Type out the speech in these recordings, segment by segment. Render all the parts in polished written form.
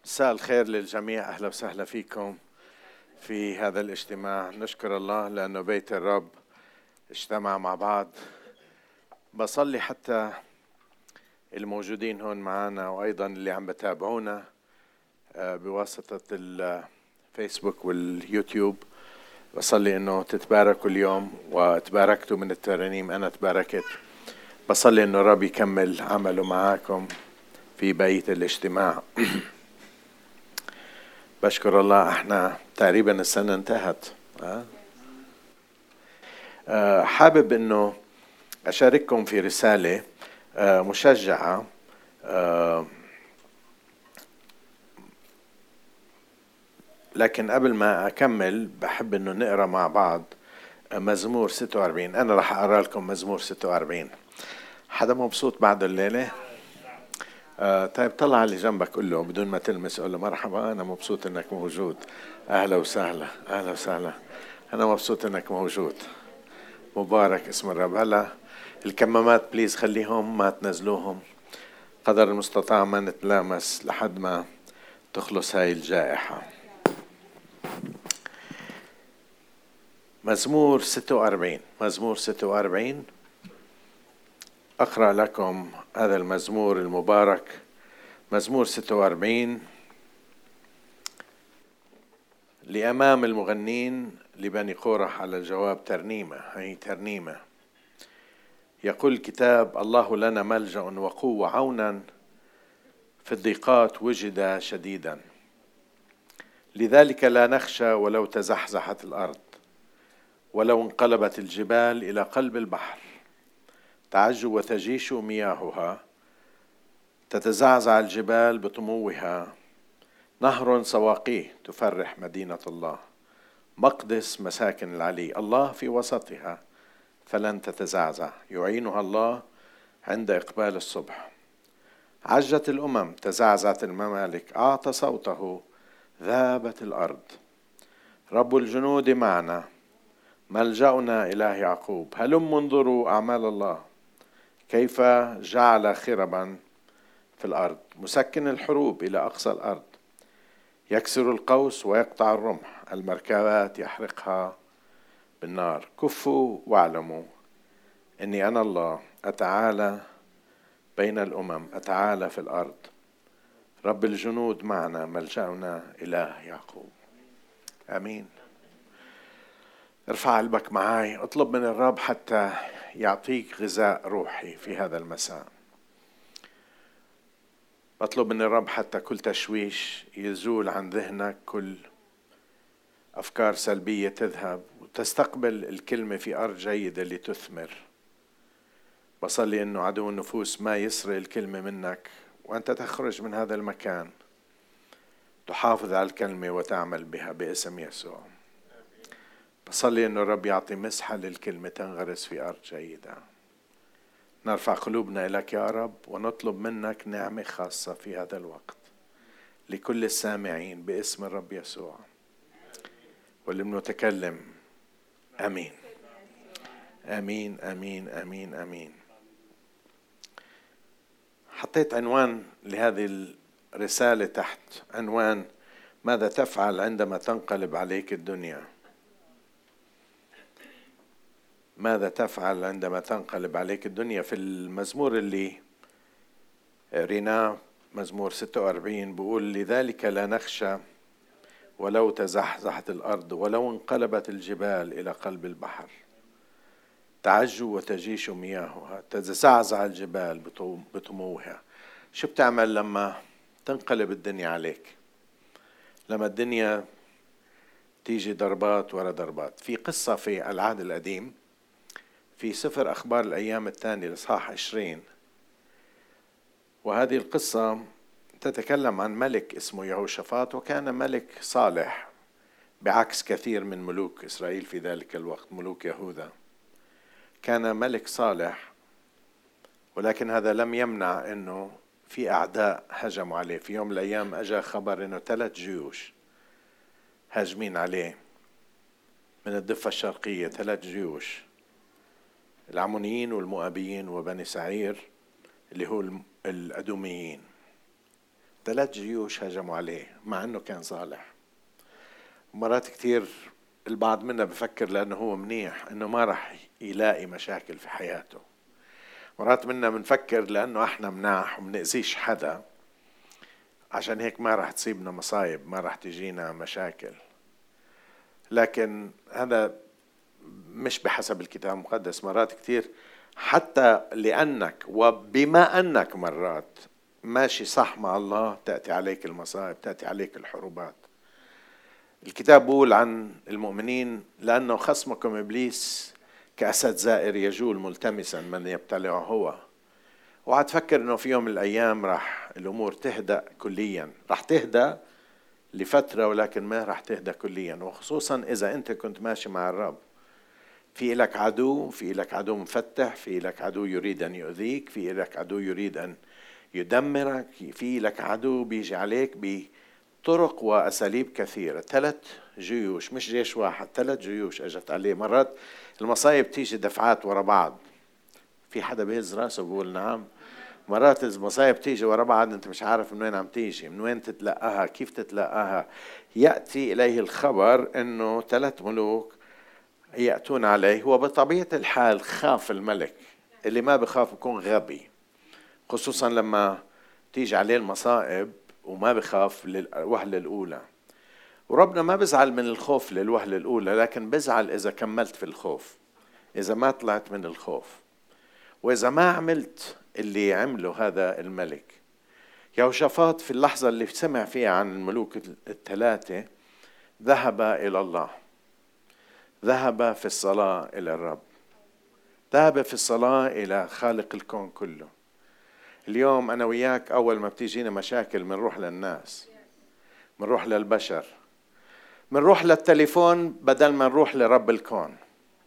مساء الخير للجميع، أهلا وسهلا فيكم في هذا الاجتماع. نشكر الله لأنه بيت الرب اجتمع مع بعض. بصلي حتى الموجودين هون معنا وأيضا اللي عم بتابعونا بواسطة الفيسبوك واليوتيوب. بصلي أنه تتباركوا اليوم، وتباركتوا من الترانيم، أنا تباركت. بصلي أنه الرب يكمل عمله معاكم في بيت الاجتماع. بشكر الله، احنا تقريبا السنة انتهت. حابب انه اشارككم في رسالة مشجعة. لكن قبل ما اكمل بحب انه نقرأ مع بعض مزمور 46. انا رح اقرأ لكم مزمور 46. حدا مبسوط بعد الليلة؟ طيب طلع اللي جنبك قل له بدون ما تلمس، قل له مرحبا، انا مبسوط انك موجود. اهلا وسهلا، اهلا وسهلا، انا مبسوط انك موجود. مبارك اسم الرب. هلا الكمامات بليز خليهم، ما تنزلوهم، قدر المستطاع ما نتلامس لحد ما تخلص هاي الجائحة. مزمور 46. مزمور 46 أقرأ لكم هذا المزمور المبارك. مزمور 46 لأمام المغنين لبني قورح على الجواب. ترنيمة، هي ترنيمة. يقول الكتاب: الله لنا ملجأ وقوة، عونا في الضيقات وجد شديدا. لذلك لا نخشى ولو تزحزحت الأرض، ولو انقلبت الجبال إلى قلب البحر. تعج وتجيش مياهها، تتزعزع الجبال بطموها. نهر سواقيه تفرح مدينة الله، مقدس مساكن العلي. الله في وسطها فلن تتزعزع، يعينها الله عند إقبال الصبح. عجت الأمم، تزعزعت الممالك، أعطى صوته، ذابت الأرض. رب الجنود معنا، ملجأنا إله يعقوب. هلم انظروا أعمال الله، كيف جعل خربا في الأرض، مسكن الحروب إلى أقصى الأرض. يكسر القوس ويقطع الرمح، المركبات يحرقها بالنار. كفوا واعلموا إني أنا الله، أتعالى بين الأمم، أتعالى في الأرض. رب الجنود معنا، ملجأنا إله يعقوب. آمين. ارفع قلبك معاي، اطلب من الرب حتى يعطيك غذاء روحي في هذا المساء. اطلب من الرب حتى كل تشويش يزول عن ذهنك، كل أفكار سلبية تذهب، وتستقبل الكلمة في أرض جيدة لتثمر. بصلي أنه عدو النفوس ما يسرق الكلمة منك، وأنت تخرج من هذا المكان تحافظ على الكلمة وتعمل بها باسم يسوع. بصلي أنه الرب يعطي مسحة للكلمة تنغرس في أرض جيدة. نرفع قلوبنا إليك يا رب، ونطلب منك نعمة خاصة في هذا الوقت لكل السامعين باسم الرب يسوع. واللي بنتكلم آمين آمين آمين آمين آمين. حطيت عنوان لهذه الرسالة تحت عنوان: ماذا تفعل عندما تنقلب عليك الدنيا؟ ماذا تفعل عندما تنقلب عليك الدنيا؟ في المزمور اللي قريناه مزمور 46 بيقول: لذلك لا نخشى ولو تزحزحت الأرض، ولو انقلبت الجبال إلى قلب البحر. تعج وتجيش مياهها، تتزعزع الجبال بطموها. شو بتعمل لما تنقلب الدنيا عليك؟ لما الدنيا تيجي ضربات ورا ضربات. في قصة في العهد القديم في سفر أخبار الأيام الثاني الإصحاح 20، وهذه القصة تتكلم عن ملك اسمه يهوشافاط، وكان ملك صالح بعكس كثير من ملوك إسرائيل في ذلك الوقت، ملوك يهوذا. كان ملك صالح، ولكن هذا لم يمنع أنه في أعداء هجموا عليه. في يوم من الأيام أجا خبر أنه 3 جيوش هاجمين عليه من الضفة الشرقية، 3 جيوش، العمونيين والمؤابيين وبني سعير اللي هو الأدوميين. 3 جيوش هجموا عليه مع أنه كان صالح. مرات كتير البعض منا بفكر لأنه هو منيح أنه ما رح يلاقي مشاكل في حياته. مرات منا بنفكر لأنه احنا مناح ومنأذيش حدا عشان هيك ما رح تصيبنا مصايب، ما رح تجينا مشاكل. لكن هذا مش بحسب الكتاب المقدس. مرات كتير حتى لأنك وبما أنك مرات ماشي صح مع الله تأتي عليك المصائب، تأتي عليك الحروبات. الكتاب بيقول عن المؤمنين لأنه خصمكم إبليس كأسد زائر يجول ملتمسا من يبتلعه هو. وعاد تفكر إنه في يوم من الأيام راح الأمور تهدأ كليا، راح تهدأ لفترة ولكن ما راح تهدأ كليا، وخصوصا إذا أنت كنت ماشي مع الرب. في لك عدو، في لك عدو مفتح، في لك عدو يريد أن يؤذيك، في لك عدو يريد أن يدمرك، في لك عدو بيجي عليك بطرق وأساليب كثيرة. 3 جيوش، مش جيش واحد، 3 جيوش أجت عليه. مرات المصايب تيجي دفعات ورا بعض. في حدا بيهز راسه بيقول نعم. مرات المصايب تيجي ورا بعض انت مش عارف من وين عم تيجي، من وين تتلقاها، كيف تتلقاها. يأتي إليه الخبر انه 3 ملوك يأتون عليه. هو بطبيعة الحال خاف الملك. اللي ما بخاف يكون غبي، خصوصا لما تيجي عليه المصائب وما بخاف للوهلة الأولى. وربنا ما بزعل من الخوف للوهلة الأولى، لكن بزعل إذا كملت في الخوف، إذا ما طلعت من الخوف، وإذا ما عملت اللي عمله هذا الملك. يهوشافاط في اللحظة اللي سمع فيها عن الملوك ال3 ذهب إلى الله، ذهب في الصلاة إلى الرب، ذهب في الصلاة إلى خالق الكون كله. اليوم أنا وياك أول ما بتيجينا مشاكل منروح للناس، منروح للبشر، منروح للتليفون بدل ما نروح لرب الكون،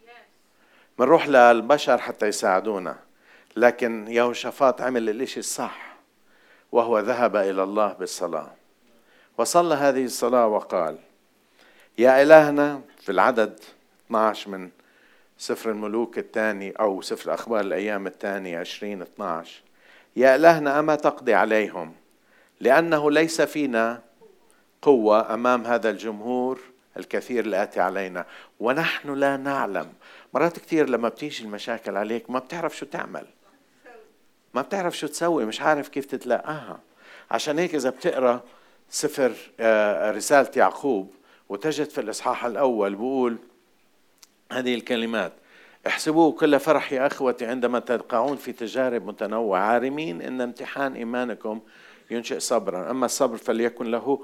منروح للبشر حتى يساعدونا. لكن يهوشافاط عمل الاشي الصح، وهو ذهب إلى الله بالصلاة، وصلى هذه الصلاة وقال: يا إلهنا، في العدد 12 من سفر الملوك الثاني أو سفر أخبار الأيام الثاني 20:12: يا إلهنا أما تقضي عليهم، لأنه ليس فينا قوة أمام هذا الجمهور الكثير الآتي علينا ونحن لا نعلم. مرات كتير لما بتيجي المشاكل عليك ما بتعرف شو تعمل، ما بتعرف شو تسوي، مش عارف كيف تتلقاها. عشان هيك إذا بتقرأ سفر رسالة يعقوب وتجد في الإصحاح الأول بقول هذه الكلمات: احسبوه كل فرح يا أخوتي عندما تقعون في تجارب متنوعة، عارمين إن امتحان إيمانكم ينشئ صبرا، أما الصبر فليكن له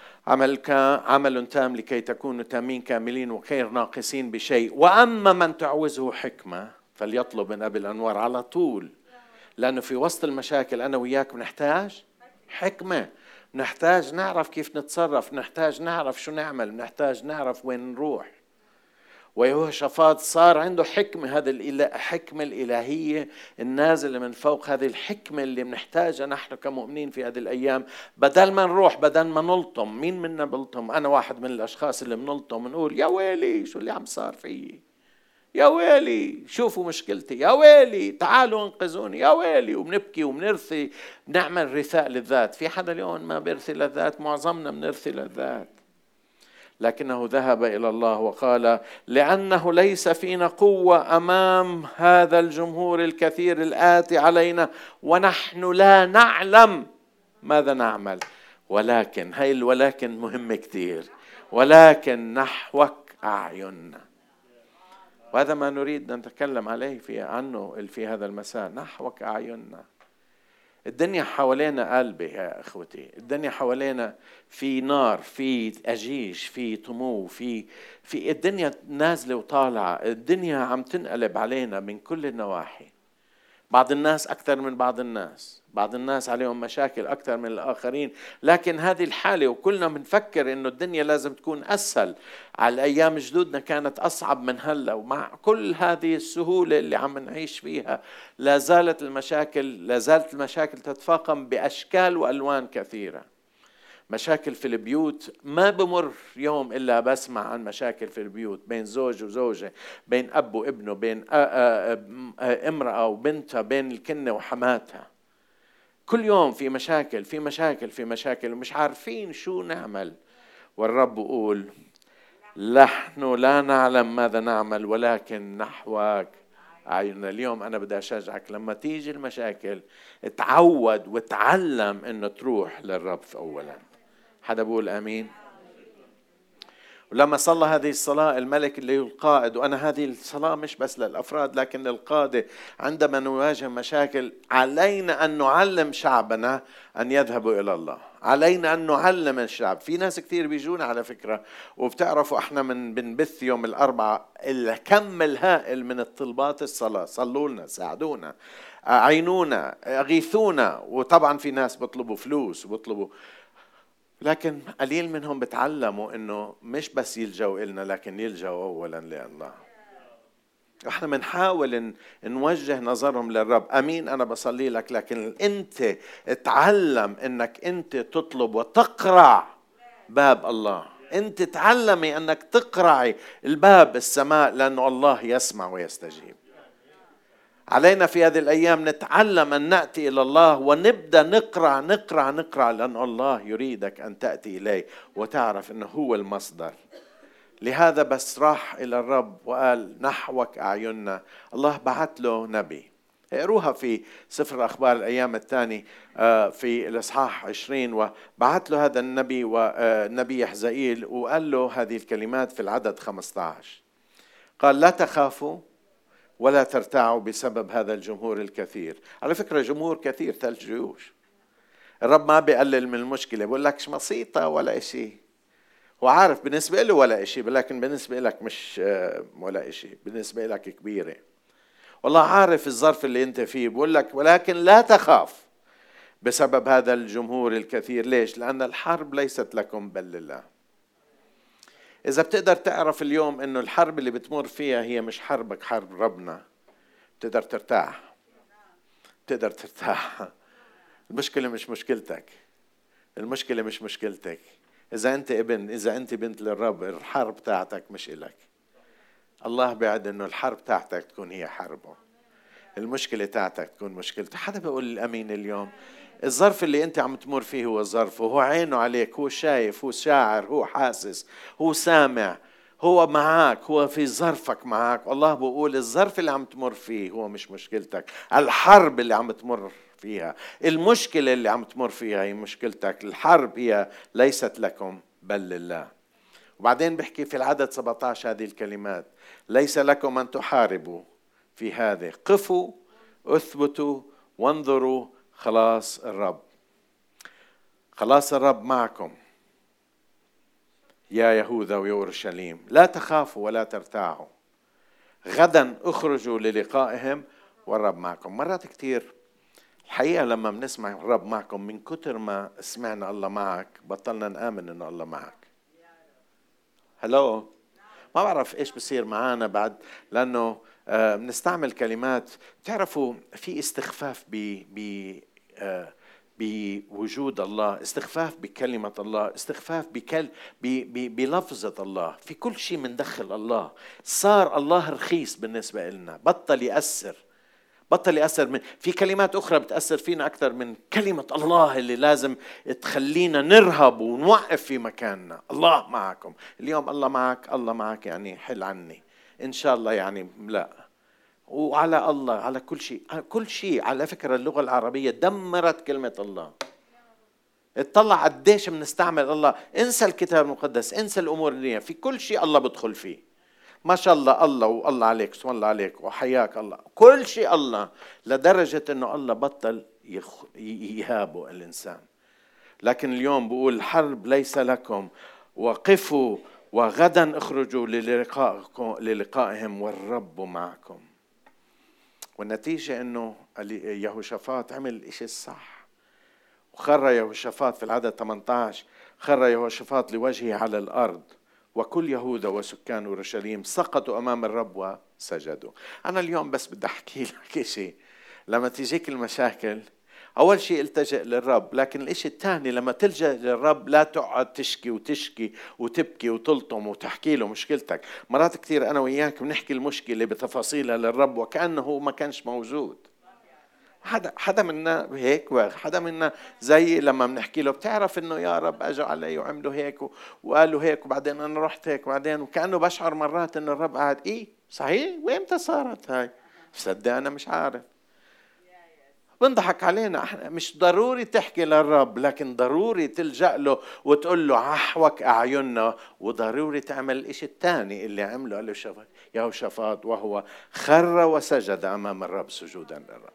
عمل تام لكي تكونوا تامين كاملين وغير ناقصين بشيء. وأما من تعوزه حكمة فليطلب من أبي الأنوار. على طول، لأنه في وسط المشاكل أنا وياك بنحتاج حكمة، نحتاج نعرف كيف نتصرف، نحتاج نعرف شو نعمل، نحتاج نعرف وين نروح. ويهوشافاط صار عنده حكمة، هذه الحكمة الإلهية النازلة من فوق، هذه الحكمة اللي بنحتاجها نحن كمؤمنين في هذه الأيام. بدل ما نروح، بدل ما نلطم. مين منا بلطم؟ أنا واحد من الأشخاص اللي بنلطم، نقول يا ويلي شو اللي عم صار فيي، يا ويلي شوفوا مشكلتي، يا ويلي تعالوا انقذوني، يا ويلي، وبنبكي وبنرثي، بنعمل رثاء للذات. في حدا اليوم ما بيرثي للذات؟ معظمنا بنرثي للذات. لكنه ذهب إلى الله وقال: لأنه ليس فينا قوة أمام هذا الجمهور الكثير الآتي علينا ونحن لا نعلم ماذا نعمل. ولكن هاي الولكن مهم كتير، ولكن نحوك أعيننا. وهذا ما نريد أن نتكلم عليه عنه في هذا المساء. نحوك أعيننا. الدنيا حوالينا قلبي يا أخوتي، الدنيا حوالينا في نار، في أجيش، في طمو، في الدنيا نازلة وطالعة، الدنيا عم تنقلب علينا من كل النواحي. بعض الناس أكثر من بعض الناس، بعض الناس عليهم مشاكل أكثر من الآخرين. لكن هذه الحالة، وكلنا بنفكر إنه الدنيا لازم تكون أسهل. على الأيام جدودنا كانت أصعب من هلا، ومع كل هذه السهولة اللي عم نعيش فيها لا زالت المشاكل تتفاقم بأشكال وألوان كثيرة. مشاكل في البيوت، ما بمر يوم إلا بسمع عن مشاكل في البيوت بين زوج وزوجة، بين أب وابنه، بين امرأة وبنتها، بين الكنة وحماتها. كل يوم في مشاكل في مشاكل في مشاكل ومش عارفين شو نعمل. والرب يقول نحن لا نعلم ماذا نعمل ولكن نحوك أعيننا. اليوم أنا بدي أشجعك لما تيجي المشاكل اتعود وتعلم أنه تروح للرب أولا. حدا بقول آمين؟ ولما صلى هذه الصلاة الملك اللي هو القائد، وأنا هذه الصلاة مش بس للأفراد لكن للقادة، عندما نواجه مشاكل علينا أن نعلم شعبنا أن يذهبوا إلى الله. علينا أن نعلم الشعب. في ناس كتير بيجونا على فكرة، وبتعرفوا احنا بنبث يوم الأربعاء الكم الهائل من الطلبات الصلاة. صلوا لنا، ساعدونا، أعينونا، أغيثونا. وطبعا في ناس بيطلبوا فلوس وبيطلبوا، لكن قليل منهم بتعلموا انه مش بس يلجوا إلنا لكن يلجوا اولا لله. احنا بنحاول نوجه نظرهم للرب. امين، انا بصلي لك، لكن انت اتعلم انك انت تطلب وتقرع باب الله. انت تعلمي انك تقرعي الباب السماء، لانه الله يسمع ويستجيب. علينا في هذه الأيام نتعلم أن نأتي إلى الله ونبدأ نقرأ نقرأ نقرأ، لأن الله يريدك أن تأتي إليه وتعرف أنه هو المصدر. لهذا بس راح إلى الرب وقال نحوك أعيننا. الله بعت له نبي. اقروها في سفر الأخبار الأيام الثاني في الإصحاح 20. وبعت له هذا النبي ونبي يحزائيل وقال له هذه الكلمات في العدد 15. قال لا تخافوا ولا ترتعوا بسبب هذا الجمهور الكثير. على فكرة جمهور كثير 3 جيوش. الرب ما بيقلل من المشكلة، بقول لكش بسيطة ولا إشي. هو عارف بالنسبة له ولا إشي، لكن بالنسبة لك مش ولا إشي، بالنسبة لك كبيرة. والله عارف الظرف اللي أنت فيه، بقول لك ولكن لا تخاف بسبب هذا الجمهور الكثير. ليش؟ لأن الحرب ليست لكم بل لله. إذا بتقدر تعرف اليوم إنه الحرب اللي بتمر فيها هي مش حربك، حرب ربنا، بتقدر ترتاح. بتقدر ترتاح. المشكلة مش مشكلتك، المشكلة مش مشكلتك. إذا أنت ابن، إذا أنت بنت للرب، الحرب تاعتك مش إلك. الله بعد إنه الحرب تاعتك تكون هي حربه، المشكلة تاعتك تكون مشكلته. حدا بيقول الأمين اليوم؟ الظرف اللي انت عم تمر فيه هو ظرف، وهو عينه عليك، هو شايف، هو شاعر، هو حاسس، هو سامع، هو معك، هو في ظرفك معك. والله بقول الظرف اللي عم تمر فيه هو مش مشكلتك. الحرب اللي عم تمر فيها، المشكلة اللي عم تمر فيها هي مشكلتك. الحرب هي ليست لكم بل لله. وبعدين بحكي في العدد 17 هذه الكلمات: ليس لكم أن تحاربوا في هذه، قفوا اثبتوا وانظروا خلاص الرب. خلاص الرب معكم يا يهوذا ويورشليم، لا تخافوا ولا ترتاعوا، غدا اخرجوا للقائهم والرب معكم. مرات كتير الحقيقة لما بنسمع الرب معكم، من كتر ما سمعنا الله معك بطلنا نآمن إنه الله معك. هلو، ما بعرف إيش بصير معانا بعد، لأنه بنستعمل كلمات. تعرفوا في استخفاف بوجود الله، استخفاف بكلمة الله، استخفاف بلفظة الله. في كل شيء مندخل الله. صار الله رخيص بالنسبة لنا، بطل يأثر من في كلمات أخرى بتأثر فينا أكثر من كلمة الله اللي لازم تخلينا نرهب ونوقف في مكاننا. الله معكم اليوم. الله معك، الله معك يعني حل عني إن شاء الله، يعني لا. وعلى الله، على كل شيء، على كل شيء. على فكرة اللغة العربية دمرت كلمة الله. اطلع قديش بنستعمل الله. انسى الكتاب المقدس، انسى الأمور اللي في كل شيء الله بدخل فيه. ما شاء الله الله والله عليك، سبحان الله عليك وحياك الله، كل شيء الله، لدرجة انه الله بطل يهابه الانسان. لكن اليوم بقول الحرب ليس لكم، وقفوا وغدا اخرجوا للقائهم والرب معكم. والنتيجة انه يهوشافاط عمل الاشي الصح، وخر يهوشافاط في العدد 18: خر يهوشافاط لوجهه على الارض، وكل يهوذا وسكان اورشليم سقطوا امام الرب وسجدوا. انا اليوم بس بدي احكي لك شيء. لما تجيك المشاكل اول شيء التجئ للرب، لكن الاشي الثاني لما تلجأ للرب لا تقعد تشكي وتبكي وتلطم وتحكي له مشكلتك. مرات كثير انا وياك بنحكي المشكلة بتفاصيلها للرب وكأنه هو ما كانش موجود. حدا منا هيك، وحدا منا زي لما بنحكي له بتعرف انه يا رب اجوا علي وعملوا هيك وقالوا هيك وبعدين انا رحت هيك وبعدين، وكانه بشعر مرات انه الرب قاعد ايه صحيح وامتى صارت هاي؟ صدق انا مش عارف. بنضحك علينا احنا. مش ضروري تحكي للرب، لكن ضروري تلجأ له وتقول له عحوك اعيننا، وضروري تعمل الاشي الثاني اللي عمله قال له يهوشافاط وهو خر وسجد امام الرب سجودا للرب.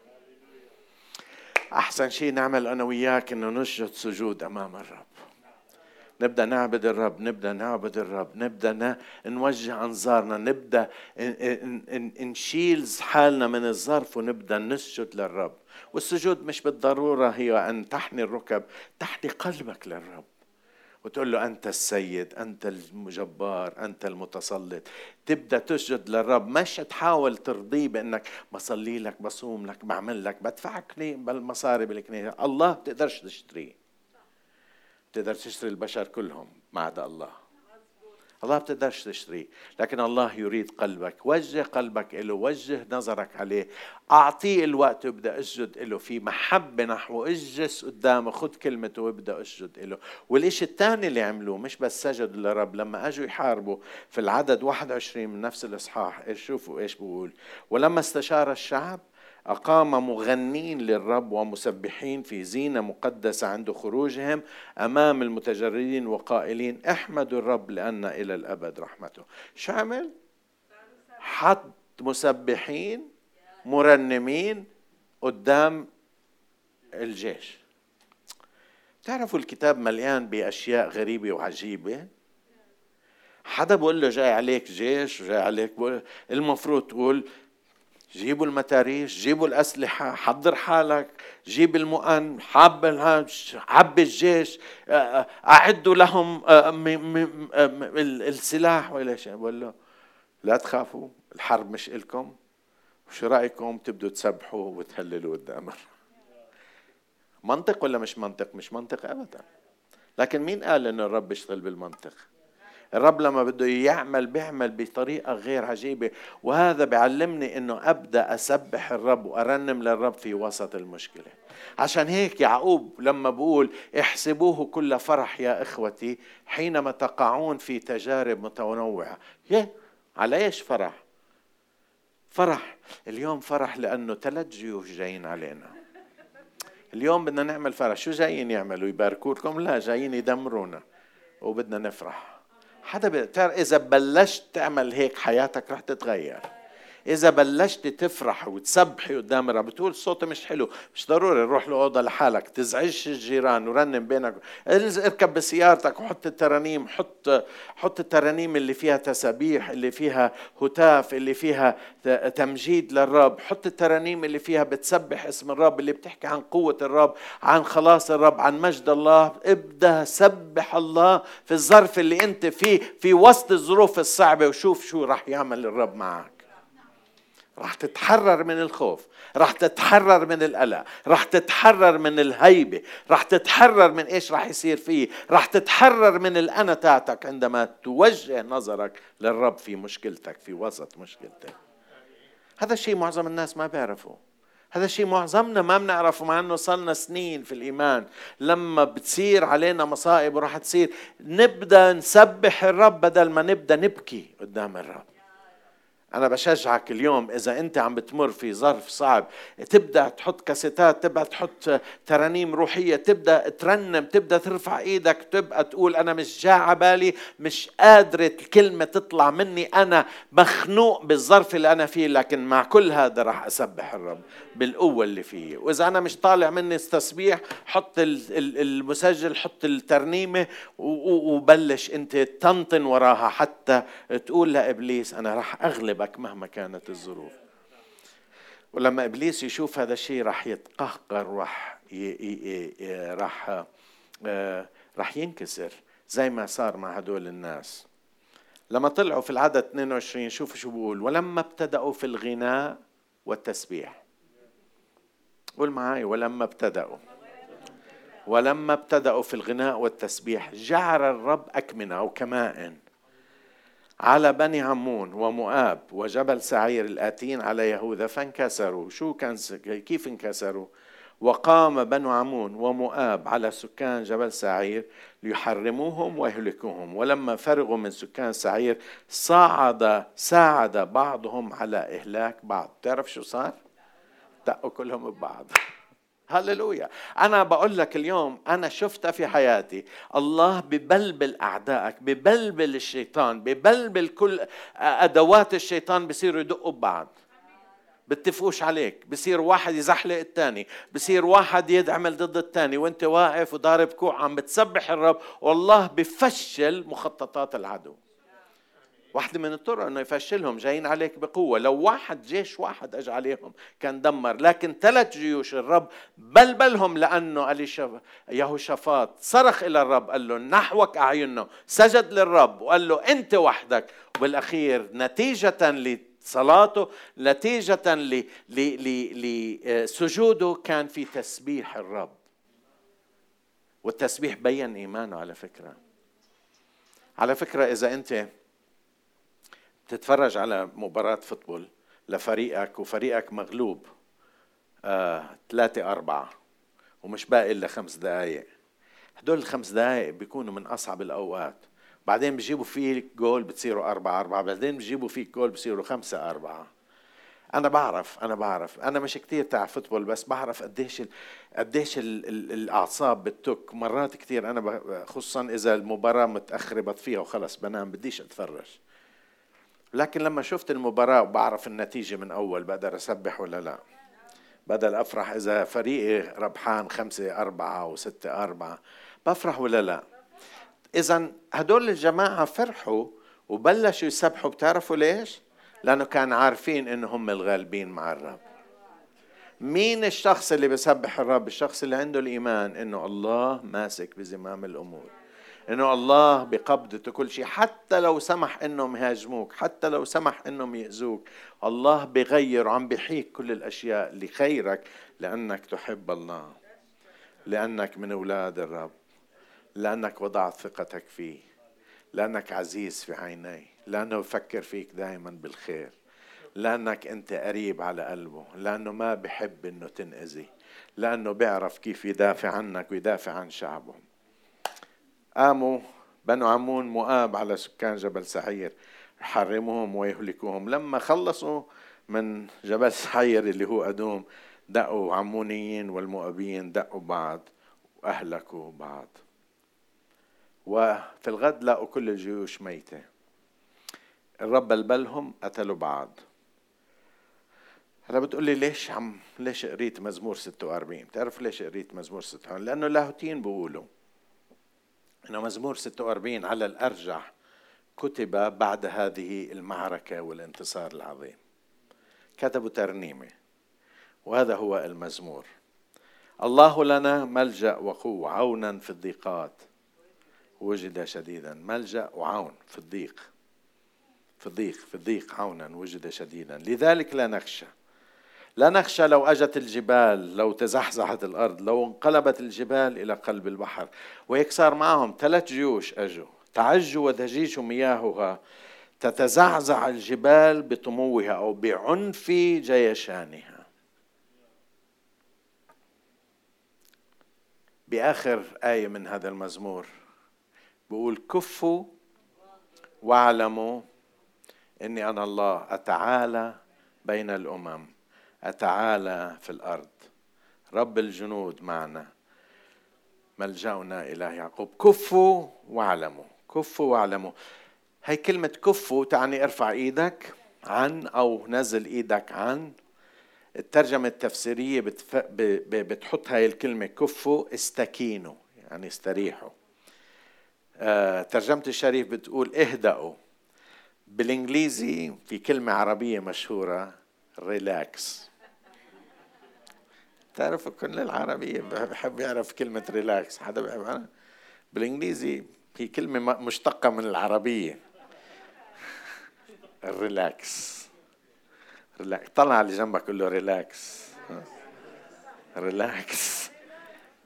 احسن شيء نعمل انا وياك انه نسجد سجود امام الرب، نبدأ نعبد الرب، نبدأ نعبد الرب، نبدأ نوجه أنظارنا، نبدأ نشيل حالنا من الظرف ونبدأ نسجد للرب. والسجود مش بالضرورة هي أن تحني الركب، تحني قلبك للرب وتقول له أنت السيد، أنت المجبار، أنت المتسلط. تبدأ تسجد للرب، مش تحاول ترضيه بأنك بصلي لك، بصوم لك، بعمل لك، بدفعك بالمصاري بالكنيسة. الله بتقدرش تشتريه، تقدر تشتري البشر كلهم ما عدا الله. الله بتقدرش تشتريه، لكن الله يريد قلبك. وجه قلبك له، وجه نظرك عليه، أعطيه الوقت وابدأ اسجد له في محبة نحو، اجلس قدامه، خد كلمته وابدأ اسجد له. والإشي الثاني اللي عملوه مش بس سجدوا للرب، لما أجوا يحاربوا في العدد 21 من نفس الإصحاح، شوفوا إيش بقول: ولما استشار الشعب أقام مغنين للرب ومسبحين في زينة مقدسة عند خروجهم أمام المتجردين وقائلين احمدوا الرب لأن إلى الأبد رحمته. شو عمل؟ حط مسبحين مرنمين قدام الجيش. تعرفوا الكتاب مليان بأشياء غريبة وعجيبة. حدا بقول له جاي عليك جيش وجاي عليك، المفروض تقول جيبوا المتاريس، جيبوا الأسلحة، حضر حالك، جيب المؤن، عب الجيش، أعدوا لهم السلاح ولا شيء. بقول له لا تخافوا، الحرب مش إلكم، وشو رأيكم تبدوا تسبحوا وتهللوا قدام الرب؟ منطق ولا مش منطق؟ مش منطق أبدا. لكن مين قال إن الرب يشتغل بالمنطق؟ الرب لما بده يعمل بيعمل بطريقة غير عجيبة. وهذا بيعلمني انه ابدأ اسبح الرب وارنم للرب في وسط المشكلة. عشان هيك يعقوب لما بقول احسبوه كل فرح يا اخوتي حينما تقعون في تجارب متنوعة. على ايش فرح؟ فرح اليوم فرح لانه 3 جيوش جايين علينا. اليوم بدنا نعمل فرح. شو جايين يعملوا؟ يباركوا لكم؟ لا، جايين يدمرونا وبدنا نفرح. حدا إذا بلشت تعمل هيك حياتك رح تتغير. إذا بلشت تفرح وتسبحي قدام الرب، بتقول صوتي مش حلو، مش ضروري نروح لأوضة لحالك، تزعجش الجيران ورنم بينك. اركب بسيارتك وحط الترانيم، حط الترانيم اللي فيها تسبيح، اللي فيها هتاف، اللي فيها تمجيد للرب. حط الترانيم اللي فيها بتسبح اسم الرب، اللي بتحكي عن قوة الرب، عن خلاص الرب، عن مجد الله. ابدأ سبح الله في الظرف اللي انت فيه، في وسط الظروف الصعبة، وشوف شو راح يعمل الرب معك. راح تتحرر من الخوف، راح تتحرر من القلق، راح تتحرر من الهيبة، راح تتحرر من ايش راح يصير فيه، راح تتحرر من الأنا تاعتك عندما توجه نظرك للرب في مشكلتك، في وسط مشكلتك. هذا الشيء معظم الناس ما بيعرفوا، هذا الشيء معظمنا ما بنعرفه، مع انه صلنا سنين في الإيمان. لما بتصير علينا مصائب وراح تصير، نبدأ نسبح الرب بدل ما نبدأ نبكي قدام الرب. أنا بشجعك اليوم إذا أنت عم بتمر في ظرف صعب، تبدأ تحط كاسيتات، تبدأ تحط ترانيم روحية، تبدأ ترنم، تبدأ ترفع إيدك، تبقى تقول أنا مش جاء عبالي، مش قادرة الكلمة تطلع مني، أنا مخنوق بالظرف اللي أنا فيه، لكن مع كل هذا راح أسبح الرب بالقوة اللي فيه. وإذا أنا مش طالع مني التسبيح، حط المسجل، حط الترنيمة وبلش أنت تنطن وراها حتى تقول لإبليس أنا راح أغلب مهما كانت الظروف. ولما إبليس يشوف هذا الشيء راح يتقهقر، راح ينكسر زي ما صار مع هدول الناس. لما طلعوا في العدد 22 شوفوا شو بقول: ولما ابتدأوا في الغناء والتسبيح. قول معاي: ولما ابتدأوا في الغناء والتسبيح جعل الرب أكمنة أو كمائن على بني عمون ومؤاب وجبل سعير الآتين على يهوذا فانكسروا. كيف انكسروا؟ وقام بنو عمون ومؤاب على سكان جبل سعير ليحرموهم ويهلكوهم، ولما فرغوا من سكان سعير ساعد بعضهم على إهلاك بعض. تعرف شو صار؟ دقوا كلهم ببعض. هللويا. أنا بقول لك اليوم أنا شفتها في حياتي، الله ببلبل أعدائك، ببلبل الشيطان، ببلبل كل أدوات الشيطان بصيروا يدقوا ببعض، بتفقوش عليك، بصير واحد يزحلق الثاني، بصير واحد يعمل ضد الثاني، وانت واقف وضارب كوع عم بتسبح الرب، والله بفشل مخططات العدو. واحدة من الطرق انه يفشلهم، جايين عليك بقوة. لو جيش واحد اجى عليهم كان دمر، لكن 3 جيوش الرب بلبلهم، لانه يهوشافاط صرخ الى الرب، قال له نحوك اعيننا، سجد للرب وقال له انت وحدك. وبالاخير نتيجة لصلاته، نتيجة لسجوده، كان في تسبيح الرب، والتسبيح بين ايمانه. على فكرة اذا انت تتفرج على مباراة فوتبول لفريقك وفريقك مغلوب 3-4 ومش باقي إلا 5 دقايق، هدول ال5 دقايق بيكونوا من أصعب الأوقات. بعدين بيجيبوا فيك جول بتصيروا 4-4، بعدين بيجيبوا فيك جول بتصيروا 5-4. أنا بعرف أنا مش كتير تاع فوتبول، بس بعرف قديش الأعصاب بتك مرات كتير. أنا خصوصا إذا المباراة متأخرة بطفيها وخلص بنام، بديش أتفرج. لكن لما شفت المباراة وبعرف النتيجة من أول، بقدر أسبح ولا لا؟ بدل أفرح إذا فريقي ربحان 5-4 و6-4، بفرح ولا لا؟ إذن هدول الجماعة فرحوا وبلشوا يسبحوا. بتعرفوا ليش؟ لأنه كان عارفين إنهم الغالبين مع الرب. مين الشخص اللي بيسبح الرب؟ الشخص اللي عنده الإيمان إنه الله ماسك بزمام الأمور، إنه الله بقبضته كل شيء. حتى لو سمح إنهم يهاجموك، حتى لو سمح إنهم يأذوك، الله بغير عم بيحيك كل الأشياء لخيرك، لأنك تحب الله، لأنك من أولاد الرب، لأنك وضعت ثقتك فيه، لأنك عزيز في عينيه، لأنه يفكر فيك دائما بالخير، لأنك أنت قريب على قلبه، لأنه ما بحب إنه تنأذي، لأنه بيعرف كيف يدافع عنك ويدافع عن شعبه. قاموا بنو عمون مؤاب على سكان جبل سعير حرموهم ويهلكوهم. لما خلصوا من جبل سعير اللي هو أدوم، دقوا عمونيين والمؤابيين دقوا بعض وأهلكوا بعض. وفي الغد لقوا كل الجيوش ميتة. الرب بلبلهم، قتلوا بعض. هلا بتقولي ليش قريت مزمور 46؟ بتعرف ليش قريت مزمور 46؟ لأنه اللاهوتيين بيقولوا إنه مزمور 46 على الأرجح كتب بعد هذه المعركة والانتصار العظيم. كتبوا ترنيمة، وهذا هو المزمور: الله لنا ملجأ وقوة، عونا في الضيقات وجد شديدا. ملجأ وعون في الضيق، في الضيق عونا وجد شديدا. لذلك لا نخشى لو أجت الجبال، لو تزحزحت الأرض، لو انقلبت الجبال إلى قلب البحر. وهيك صار معهم 3 جيوش أجوا، تعج وتجيش مياهها، تتزعزع الجبال بطموها أو بعنف جيشانها. بآخر آية من هذا المزمور بقول: كفوا واعلموا إني أنا الله، أتعالى بين الأمم، أتعالى في الأرض، رب الجنود معنا، ملجأنا إله يعقوب. كفوا واعلموا، كفوا واعلموا. هاي كلمة كفوا تعني ارفع إيدك عن، أو نزل إيدك عن. الترجمة التفسيرية بتحط هاي الكلمة كفوا استكينوا، يعني استريحوا. ترجمة الشريف بتقول اهدأوا. بالإنجليزي في كلمة عربية مشهورة ريلاكس. تعرفوا كل العربية بحب يعرف كلمة ريلاكس، حدا بيعرف؟ بالإنجليزي هي كلمة مشتقة من العربية، الريلاكس. طلع اللي جنبك قل له ريلاكس، ريلاكس.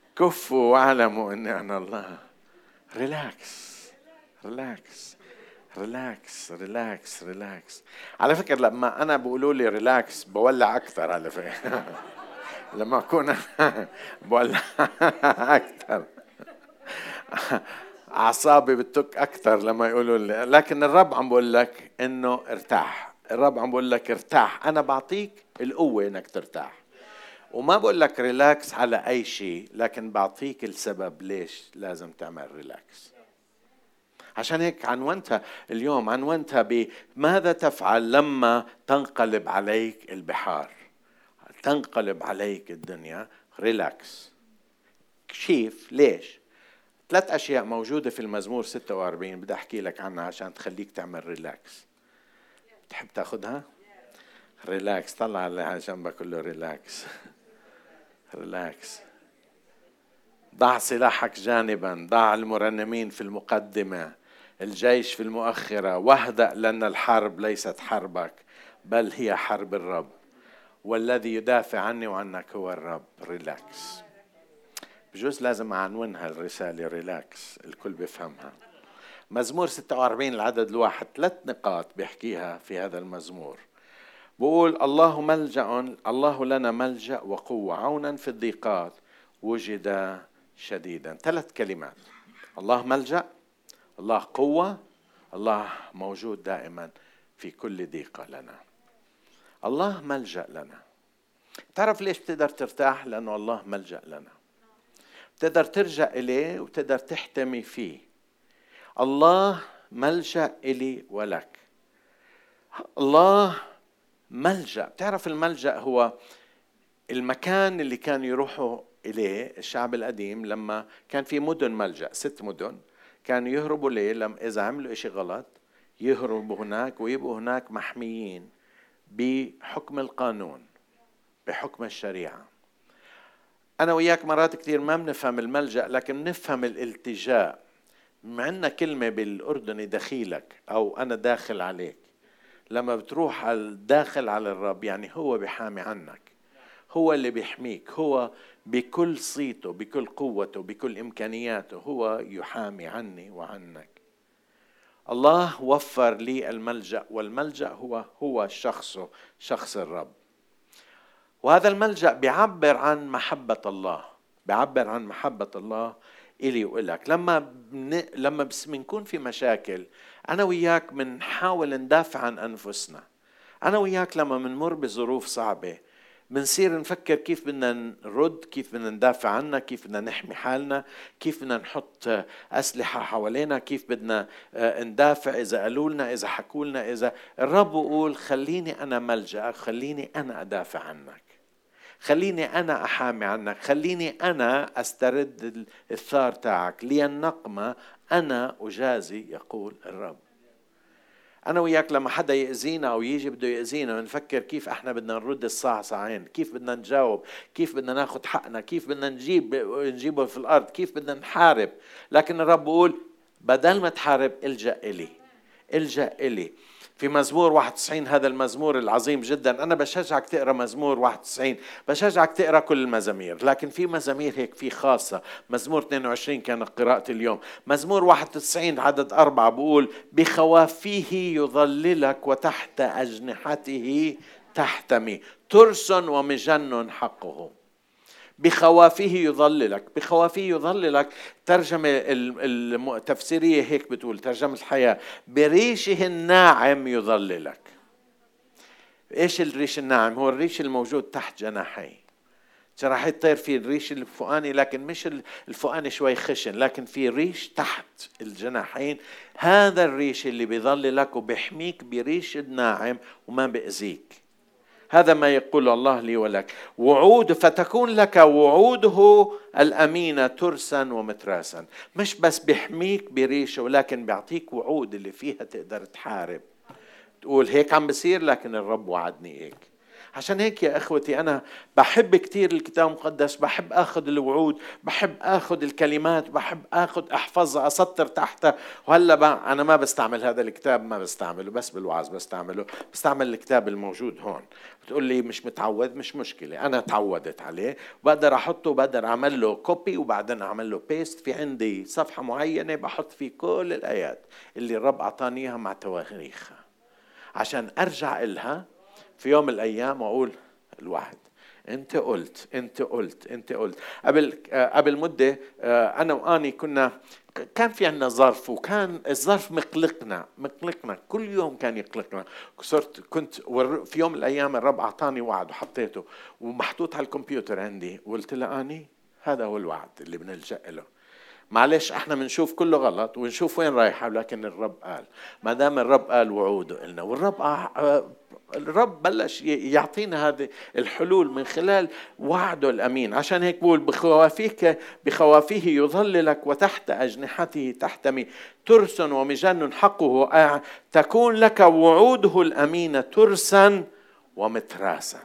كفوا واعلموا إني أنا الله. ريلاكس، ريلاكس، ريلاكس ريلاكس ريلاكس. على فكرة لما أنا بقولوا لي ريلاكس بولع أكثر على فكرة. لما أكون بولع أكثر، أعصابي بتك أكثر لما يقولوا لي. لكن الرب عم بقول لك إنه ارتاح. الرب عم بقول لك ارتاح، أنا بعطيك القوة إنك ترتاح. وما بقول لك ريلاكس على أي شيء، لكن بعطيك السبب ليش لازم تعمل ريلاكس. عشان هيك عنوانتها اليوم، عنوانتها بماذا تفعل لما تنقلب عليك البحار، تنقلب عليك الدنيا. ريلاكس. كيف؟ ليش؟ 3 أشياء موجودة في المزمور 46 بدي أحكي لك عنها عشان تخليك تعمل ريلاكس. تحب تاخدها؟ ريلاكس. طلع اللي على جنبك كله ريلاكس. ريلاكس. ضع سلاحك جانبا، ضع المرنمين في المقدمة، الجيش في المؤخرة، واهدأ لأن الحرب ليست حربك بل هي حرب الرب، والذي يدافع عني وعنك هو الرب. ريلاكس. بجوز لازم أعنونها الرسالة ريلاكس، الكل بيفهمها. مزمور 46 العدد 1 3 نقاط بيحكيها في هذا المزمور. بقول الله ملجأ، الله لنا ملجأ وقوة، عونا في الضيقات وجد شديدا. 3 كلمات: الله ملجأ، الله قوة، الله موجود دائما في كل ضيقة لنا. الله ملجأ لنا. تعرف ليش بتقدر ترتاح؟ لأنه الله ملجأ لنا، بتقدر ترجع إليه وبتقدر تحتمي فيه. الله ملجأ إلي ولك. الله ملجأ. بتعرف الملجأ هو المكان اللي كان يروحوا إليه الشعب القديم لما كان في مدن ملجأ، 6 مدن كانوا يهربوا ليه لما إذا عملوا إشي غلط، يهربوا هناك ويبقوا هناك محميين بحكم القانون، بحكم الشريعة. أنا وياك مرات كتير ما بنفهم الملجأ، لكن بنفهم الالتجاء. معنا كلمة بالأردني دخيلك أو أنا داخل عليك. لما بتروح داخل على الرب يعني هو بيحامي عنك، هو اللي بيحميك، هو بكل صيته بكل قوته بكل إمكانياته هو يحامي عني وعنك. الله وفر لي الملجأ، والملجأ هو شخصه، شخص الرب. وهذا الملجأ بيعبر عن محبة الله، بيعبر عن محبة الله إلي وإلك. لما بس بنكون في مشاكل أنا وياك بنحاول ندافع عن أنفسنا. أنا وياك لما بنمر بظروف صعبة بنصير نفكر كيف بدنا نرد، كيف بدنا ندافع عنها، كيف بدنا نحمي حالنا، كيف بدنا نحط أسلحة حوالينا، كيف بدنا ندافع إذا قالوا لنا، إذا حكوا لنا. إذا الرب يقول خليني أنا ملجأك، خليني أنا أدافع عنك، خليني أنا أحامي عنك، خليني أنا أسترد الثار تاعك، لي النقمة أنا أجازي يقول الرب. أنا وياك لما حدا يأذينا أو يجي بده يأذينا بنفكر كيف إحنا بدنا نرد الصعصعين، كيف بدنا نجاوب، كيف بدنا ناخد حقنا، كيف بدنا نجيبه في الأرض، كيف بدنا نحارب. لكن الرب بيقول بدل ما تحارب الجأ إلي، الجأ إلي. في مزمور 91 هذا المزمور العظيم جدا، أنا بشجعك تقرأ مزمور 91، بشجعك تقرأ كل المزامير، لكن في مزامير هيك في خاصة. مزمور 22 كانت قراءة اليوم. مزمور 91 عدد 4 بقول بخوافيه يظللك وتحت أجنحته تحتمي، ترس ومجن حقه. بخوافيه يظللك. بخوافيه يظللك ترجمة التفسيرية هيك بتقول، ترجمة الحياة، بريشه الناعم يظللك. ايش الريش الناعم؟ هو الريش الموجود تحت جناحي. جناحي الطير في الريش الفوقاني، لكن مش الفوقاني شوي خشن، لكن في ريش تحت الجناحين. هذا الريش اللي بيظللك وبيحميك بريش الناعم وما بيأذيك. هذا ما يقول الله لي ولك. وعود، فتكون لك وعوده الأمينة ترسا ومتراسا. مش بس بيحميك بريشه، ولكن بيعطيك وعود اللي فيها تقدر تحارب، تقول هيك عم بصير لكن الرب وعدني هيك. عشان هيك يا أخوتي أنا بحب كتير الكتاب المقدس، بحب أخذ الوعود، بحب أخذ الكلمات، بحب أخذ أحفظها، أسطر تحتها. وهلا بقى أنا ما بستعمل هذا الكتاب، ما بستعمله بس بالوعظ، بستعمل الكتاب الموجود هون. بتقول لي مش متعود، مش مشكلة، أنا تعودت عليه، بقدر أحطه، بقدر أعمل له كوبي وبعدين أعمل له بيست. في عندي صفحة معينة بحط فيه كل الآيات اللي الرب أعطاني إياها مع تواريخها، عشان أرجع إلها في يوم من الأيام وأقول الواحد أنت قلت. قبل مدة أنا وآني كان في عنا ظرف، وكان الظرف مقلقنا كل يوم، كان يقلقنا. كنت في يوم من الأيام الرب أعطاني وعد وحطيته ومحطوط على الكمبيوتر عندي، وقلت له آني هذا هو الوعد اللي بنلجأ له. معلش احنا بنشوف كله غلط ونشوف وين رايحه، لكن الرب قال، ما دام الرب قال وعوده لنا، الرب بلش يعطينا هذه الحلول من خلال وعده الأمين. عشان هيك بقول بخوافيه يظللك وتحت أجنحته تحتمي، ترس ومجن حقه، تكون لك وعوده الأمينة ترسا ومتراسا.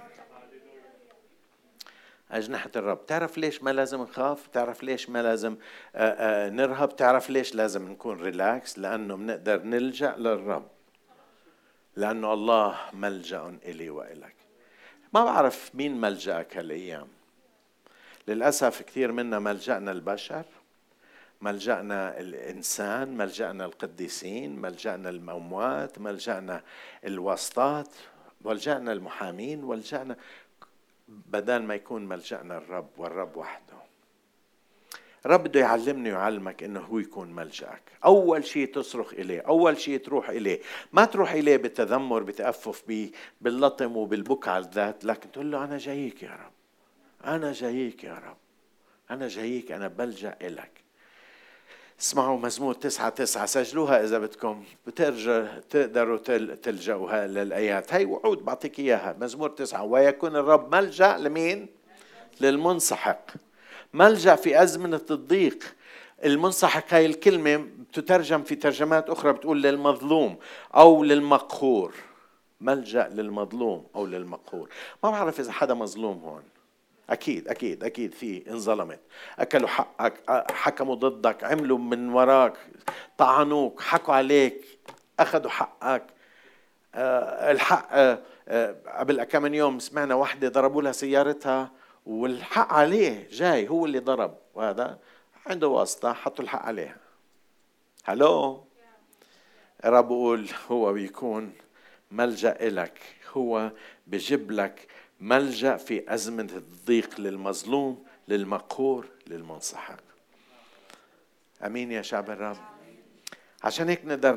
أجنحة الرب. تعرف ليش ما لازم نخاف؟ تعرف ليش ما لازم نرهب؟ تعرف ليش لازم نكون ريلاكس؟ لأنه بنقدر نلجأ للرب، لأنه الله ملجأ إلي وإلك. ما بعرف مين ملجأك هالأيام. للأسف كثير منا ملجأنا البشر، ملجأنا الإنسان، ملجأنا القديسين، ملجأنا الأموات، ملجأنا الواسطات، ملجأنا المحامين، ملجأنا، بدل ما يكون ملجأنا الرب والرب وحده. الرب بده يعلمني ويعلمك انه هو يكون ملجأك. اول شيء تصرخ اليه، اول شيء تروح اليه. ما تروح اليه بالتذمر، بتأفف به، باللطم وبالبكاء على الذات، لكن تقول له انا جايك يا رب، انا جايك يا رب، انا جايك، انا بلجأ الك. اسمعوا مزمور 9:9، سجلوها اذا بدكم، تقدروا تلجأوا للآيات هاي، وعود بعطيك اياها. مزمور 9: ويكون الرب ملجأ لمين؟ للمنسحق، ملجأ في أزمنة الضيق. المنسحق هاي الكلمة تترجم في ترجمات أخرى بتقول للمظلوم أو للمقهور. ملجأ للمظلوم أو للمقهور. ما بعرف إذا حدا مظلوم هون. أكيد في انظلمت، أكلوا حقك، حكموا ضدك، عملوا من وراك، طعنوك، حكوا عليك، أخذوا حقك. الحق قبل كم من يوم سمعنا واحدة ضربوا لها سيارتها والحق عليه، جاي هو اللي ضرب، وهذا عنده واسطة حطوا الحق عليها. هلو، الرب بقول هو بيكون ملجأ إلك، هو بجيب لك ملجأ في أزمة الضيق، للمظلوم، للمقهور، للمنسحق. أمين يا شعب الرب. عشان هيك نقدر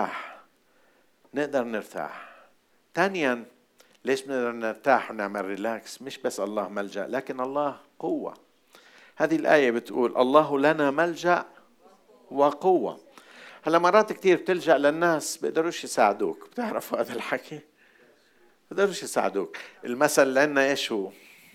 نرتاح. ثانيا، ليش بنقدر نرتاح ونعمل ريلاكس؟ مش بس الله ملجأ، لكن الله قوة. هذه الآية بتقول الله لنا ملجأ وقوة. هلا مرات كتير بتلجأ للناس بيقدروش يساعدوك، بتعرفوا هذا الحكي؟ بيقدروش يساعدوك. المثل اللي عندنا ايش هو؟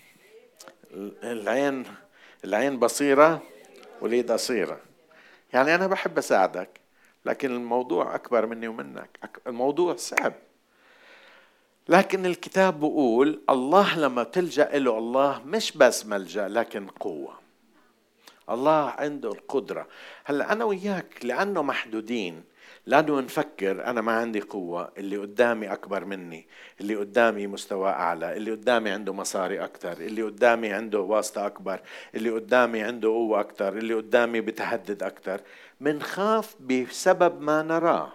العين بصيرة واليد قصيرة. يعني أنا بحب أساعدك، لكن الموضوع أكبر مني ومنك، الموضوع صعب. لكن الكتاب بيقول الله لما تلجأ له، الله مش بس ملجأ لكن قوة. الله عنده القدرة. هلأ أنا وياك لأنه محدودين، لأنه نفكر أنا ما عندي قوة، اللي قدامي أكبر مني، اللي قدامي مستوى أعلى، اللي قدامي عنده مصاري أكتر، اللي قدامي عنده واسطة أكبر، اللي قدامي عنده قوة أكتر، اللي قدامي بتهدد أكتر. منخاف بسبب ما نراه.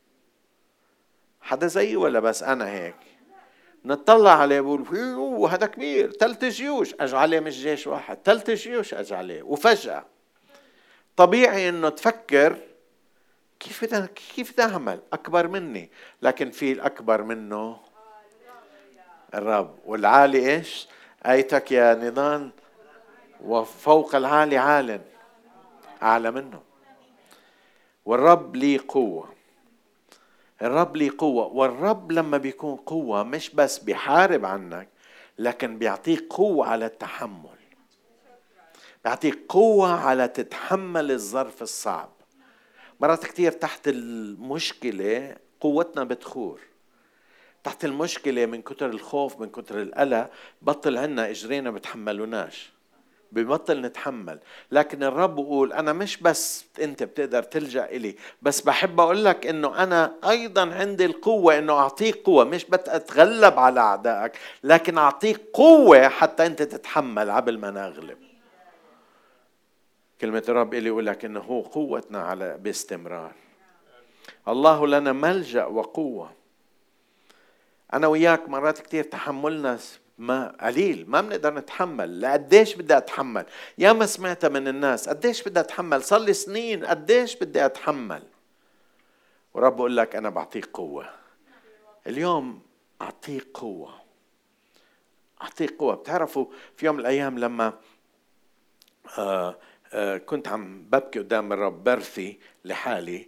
حدا زيي ولا بس أنا هيك؟ نطلع عليه بقول هذا كبير، 3 جيوش أجي عليه، مش جيش واحد، 3 جيوش أجي عليه. وفجأة طبيعي إنه تفكر كيف تعمل أكبر مني، لكن في الأكبر منه الرب. والعالي إيش؟ آيتك يا نضال، وفوق العالي عال أعلى منه. والرب ليه قوة، الرب ليه قوة. والرب لما بيكون قوة مش بس بيحارب عنك، لكن بيعطيك قوة على التحمل، بيعطيك قوة على تتحمل الظرف الصعب. مرات كتير تحت المشكلة قوتنا بتخور، تحت المشكلة من كتر الخوف من كتر القلق بطل عنا إجرينا بتحملوناش، ببطل نتحمل. لكن الرب يقول أنا مش بس أنت بتقدر تلجأ إلي، بس بحب أقول لك إنه أنا أيضا عندي القوة إنه أعطيك قوة، مش بتغلب على أعدائك، لكن أعطيك قوة حتى أنت تتحمل قبل ما نغلب. كلمة الرب إلي يقول لك إنه هو قوتنا على باستمرار. الله لنا ملجأ وقوة. أنا وياك مرات كتير تحملنا ما قليل، ما بنقدر نتحمل. لقديش بدي أتحمل؟ يا ما سمعت من الناس قديش بدي أتحمل، صار لي سنين قديش بدي أتحمل. ورب يقول لك أنا بعطيك قوة اليوم، أعطيك قوة، أعطيك قوة. بتعرفوا في يوم من الأيام لما كنت عم ببكي قدام الرب برثي لحالي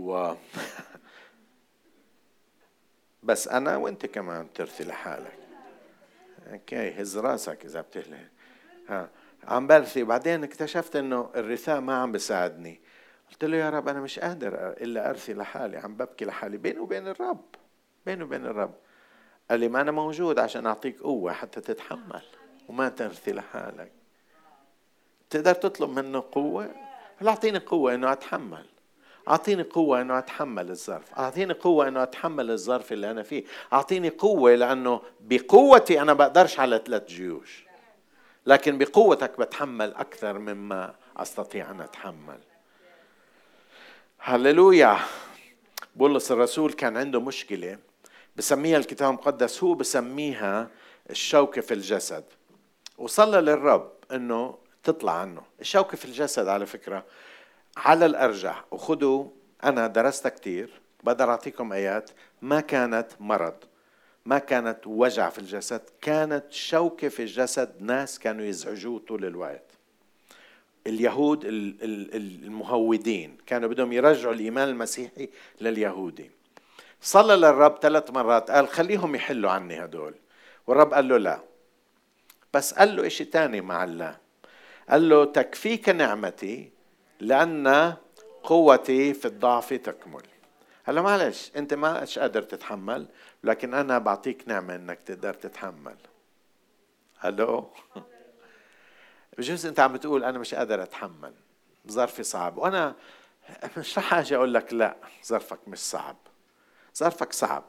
بس أنا وأنت كمان ترثي لحالك. اوكي هز راسك اذا بتهلي. عم برثي، وبعدين اكتشفت انه الرثاء ما عم بيساعدني. قلت له يا رب انا مش قادر الا ارثي لحالي، عم ببكي لحالي بيني وبين الرب، بيني وبين الرب. قال لي ما انا موجود عشان اعطيك قوة حتى تتحمل وما ترثي لحالك. تقدر تطلب منه قوة؟ لا، اعطيني قوة انه اتحمل، أعطيني قوة أنه أتحمل الظرف، أعطيني قوة أنه أتحمل الظرف اللي أنا فيه، أعطيني قوة لأنه بقوتي أنا بقدرش على 3 جيوش، لكن بقوتك بتحمل أكثر مما أستطيع أن أتحمل. هللويا. بولس الرسول كان عنده مشكلة بسميها الكتاب المقدس، هو بسميها الشوكة في الجسد، وصلى للرب أنه تطلع عنه الشوكة في الجسد. على فكرة على الأرجح، وخذوا أنا درست كتير بقدر أعطيكم آيات، ما كانت مرض، ما كانت وجع في الجسد، كانت شوكة في الجسد. ناس كانوا يزعجوه طول الوقت. اليهود المهودين كانوا بدهم يرجعوا الإيمان المسيحي لليهودي. صلى للرب 3 مرات قال خليهم يحلوا عني هدول، والرب قال له لا. بس قال له إشي تاني مع الله، قال له تكفيك نعمتي لأن قوتي في الضعف تكمل. هلا معلش انت ما ايش قادر تتحمل، لكن انا بعطيك نعمة انك تقدر تتحمل. هلو بجوز انت عم بتقول انا مش قادر اتحمل، ظرفي صعب، وانا مش رح اجي اقول لك لا ظرفك مش صعب، ظرفك صعب.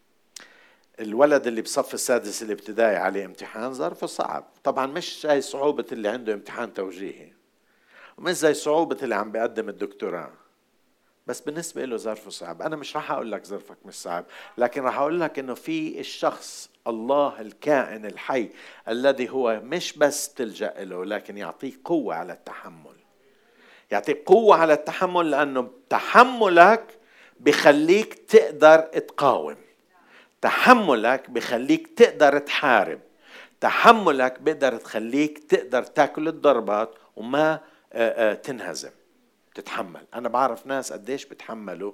الولد اللي بصف السادس الابتدائي عليه امتحان ظرفه صعب طبعا، مش زي صعوبة اللي عنده امتحان توجيهي، ومش زي صعوبة اللي عم بيقدم الدكتوراه، بس بالنسبة له ظرفه صعب. أنا مش راح أقول لك ظرفك مش صعب، لكن راح أقول لك إنه في الشخص الله الكائن الحي الذي هو مش بس تلجأ له، لكن يعطيك قوة على التحمل، يعطيك قوة على التحمل، لأنه تحملك بخليك تقدر تقاوم، تحملك بخليك تقدر تحارب، تحملك بقدر تخليك تقدر تاكل الضربات وما تنهزم، تتحمل. أنا بعرف ناس قديش بتحملوا،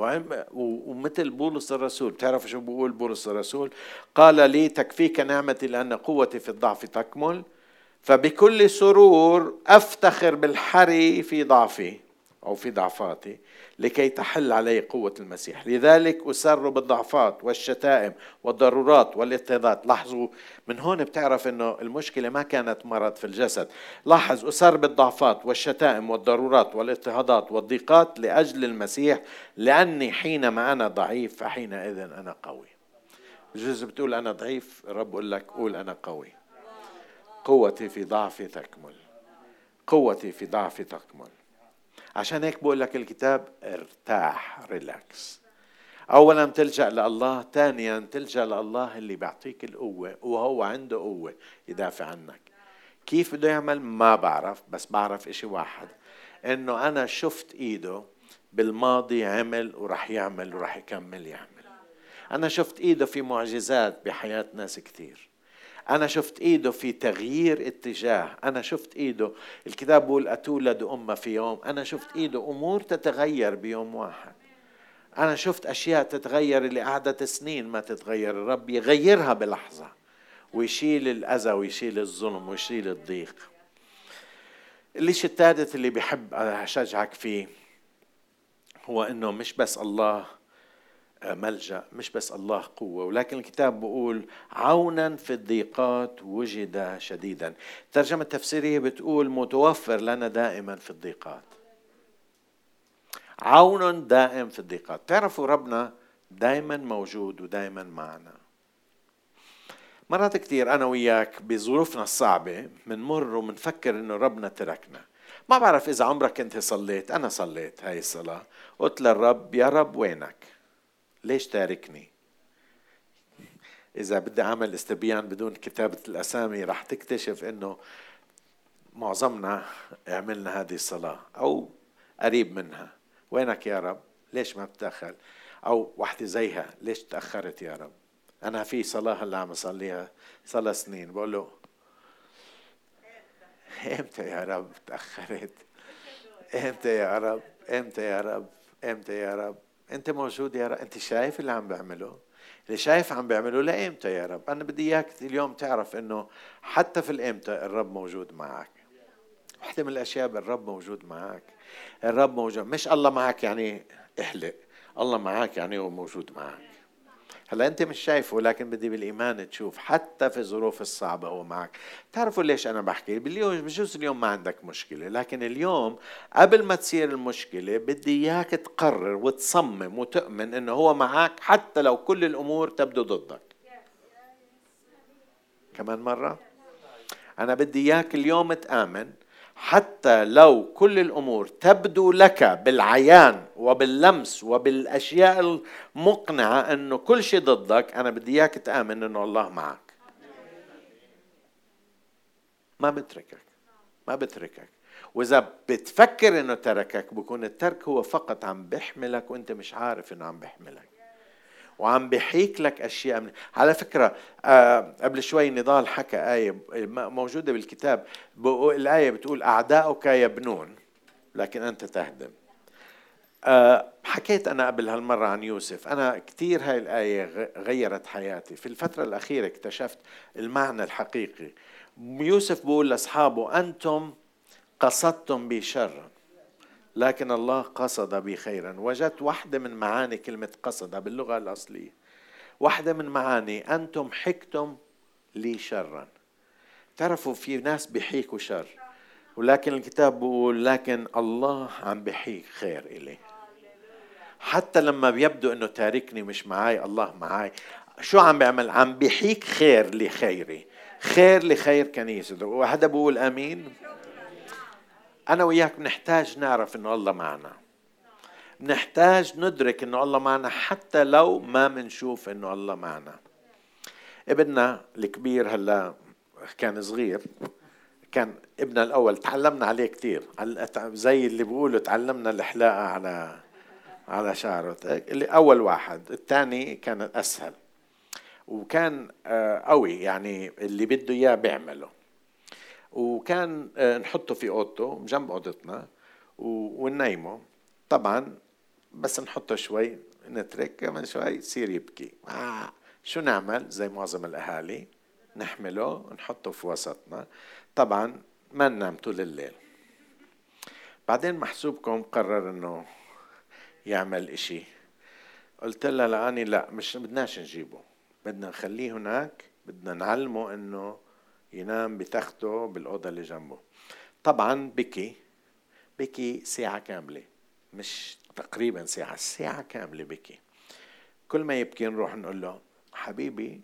ومثل بولس الرسول. بتعرف شو بقول بولس الرسول؟ قال لي تكفيك نعمتي لأن قوتي في الضعف تكمل، فبكل سرور أفتخر بالحري في ضعفي أو في ضعفاتي لكي تحل علي قوة المسيح. لذلك أسر بالضعفات والشتائم والضرورات والاضطهادات. لاحظوا من هون بتعرف إنه المشكلة ما كانت مرض في الجسد. لاحظ أسر بالضعفات والشتائم والضرورات والاضطهادات والضيقات لأجل المسيح، لأني حينما أنا ضعيف فحينئذ أنا قوي. بجوز بتقول أنا ضعيف، الرب بقول لك قول أنا قوي. قوتي في ضعفي تكمل، قوتي في ضعفي تكمل. عشان هيك بقول لك الكتاب ارتاح، ريلاكس. اولا تلجأ لله، ثانيا تلجأ لله اللي بيعطيك القوة، وهو عنده قوة يدافع عنك. كيف بده يعمل ما بعرف، بس بعرف اشي واحد، انه انا شفت ايده بالماضي عمل ورح يعمل ورح يكمل يعمل. انا شفت ايده في معجزات بحياة ناس كتير، أنا شفت إيده في تغيير اتجاه، أنا شفت إيده. الكتاب بيقول أتولد أمة في يوم، أنا شفت إيده أمور تتغير بيوم واحد. أنا شفت أشياء تتغير اللي قعدت سنين ما تتغير، الرب يغيرها بلحظة ويشيل الأذى ويشيل الظلم ويشيل الضيق. الشيء الثالث اللي بحب أشجعك فيه هو إنه مش بس الله ملجأ، مش بس الله قوة، ولكن الكتاب بيقول عونا في الضيقات وجد شديدا. الترجمة التفسيرية بتقول متوفر لنا دائما في الضيقات، عون دائم في الضيقات. تعرفوا ربنا دائما موجود ودائما معنا. مرات كتير أنا وياك بظروفنا الصعبة منمر ومنفكر إنه ربنا تركنا. ما بعرف إذا عمرك أنت صليت، أنا صليت هاي الصلاة، قلت للرب يا رب وينك؟ ليش تاركني؟ إذا بدي أعمل استبيان بدون كتابة الأسامي رح تكتشف إنه معظمنا عملنا هذه الصلاة أو قريب منها. وينك يا رب؟ ليش ما بتأخر؟ أو واحدة زيها، ليش تأخرت يا رب؟ أنا في صلاة هلا عم أصليها صلاة سنين، بقول له إمتى يا رب تأخرت؟ إمتى يا رب؟ إمتى يا رب؟ إمتى يا رب؟ أنت موجود يا رب، أنت شايف اللي عم بعمله؟ اللي شايف عم بيعمله لإمتى يا رب؟ أنا بدي إياك اليوم تعرف إنه حتى في الإمتى الرب موجود معك. واحدة من الأشياء الرب موجود معك. الرب موجود، مش الله معك يعني احلق، الله معك يعني هو موجود معك. هلا أنت مش شايفه، لكن بدي بالإيمان تشوف حتى في الظروف الصعبة هو معك. تعرفوا ليش أنا بحكي؟ بجوز اليوم ما عندك مشكلة، لكن اليوم قبل ما تصير المشكلة بدي إياك تقرر وتصمم وتؤمن إنه هو معك حتى لو كل الأمور تبدو ضدك. كمان مرة أنا بدي إياك اليوم تآمن حتى لو كل الأمور تبدو لك بالعيان وباللمس وبالأشياء المقنعة أنه كل شيء ضدك، أنا بدي إياك تآمن أنه الله معك. ما بتركك، ما بتركك. وإذا بتفكر أنه تركك بكون الترك هو فقط عم بيحملك وأنت مش عارف أنه عم بيحملك، وعم بيحيك لك أشياء على فكرة قبل شوي نضال حكى آية موجودة بالكتاب، الآية بتقول أعداؤك يبنون لكن أنت تهدم. حكيت أنا قبل هالمرة عن يوسف. أنا كتير هاي الآية غيرت حياتي في الفترة الأخيرة، اكتشفت المعنى الحقيقي. يوسف بيقول لأصحابه أنتم قصدتم بي شرا لكن الله قصد بي خيرا. وجدت واحدة من معاني كلمة قصد باللغة الأصلية، واحدة من معاني أنتم حكتم لي شرا. تعرفوا في ناس بيحيكوا شر، ولكن الكتاب بيقول لكن الله عم بيحيك خير إليه. حتى لما بيبدو أنه تاركني مش معاي، الله معاي. شو عم بيعمل؟ عم بيحيك خير لخيري، خير لخير كنيسة. وهذا بقول أمين. أنا وياك بنحتاج نعرف أنه الله معنا، بنحتاج ندرك أنه الله معنا حتى لو ما منشوف أنه الله معنا. ابننا الكبير هلا كان صغير، كان ابننا الأول تعلمنا عليه كتير، زي اللي بيقولوا تعلمنا الحلاقة على شعره. اللي أول واحد، الثاني كان أسهل وكان قوي، يعني اللي بده إياه بيعمله. وكان نحطه في أوضته جنب أوضتنا وننيمه. طبعا بس نحطه شوي نترك من شوي يصير يبكي. شو نعمل؟ زي معظم الأهالي نحمله نحطه في وسطنا. طبعا ما ننام طول الليل. بعدين محسوبكم قرر انه يعمل اشي. قلت لها لاني لا، مش بدناش نجيبه، بدنا نخليه هناك، بدنا نعلمه انه ينام بتخته بالأوضة اللي جنبه. طبعا بكي ساعة كاملة، مش تقريبا ساعة كاملة بكي. كل ما يبكي نروح نقول له حبيبي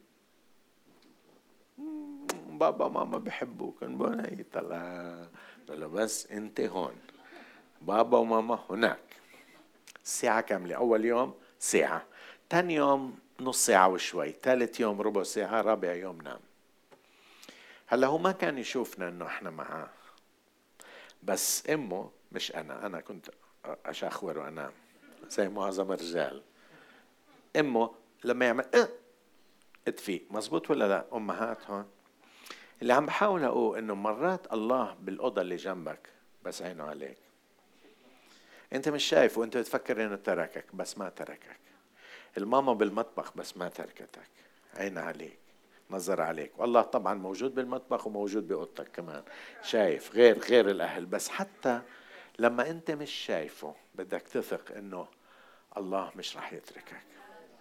بابا ماما بحبوك، يطلع له بس انت هون، بابا وماما هناك. ساعة كاملة. أول يوم ساعة، تاني يوم نص ساعة وشوي، ثالث يوم ربع ساعة، رابع يوم نام. هلا هو ما كان يشوفنا انه احنا معاه، بس امه مش انا كنت اشخور وانام زي معظم الرجال. امه لما يعمل اتفيق. مزبوط ولا لا امهات؟ هون اللي عم بحاول اقول انه مرات الله بالاوضه اللي جنبك بس عينه عليك، انت مش شايف وانت بتفكر انه تركك بس ما تركك. الماما بالمطبخ بس ما تركتك، عينها عليك، نظر عليك. والله طبعا موجود بالمطبخ وموجود بأوضتك كمان، شايف غير الأهل. بس حتى لما أنت مش شايفه بدك تثق أنه الله مش رح يتركك.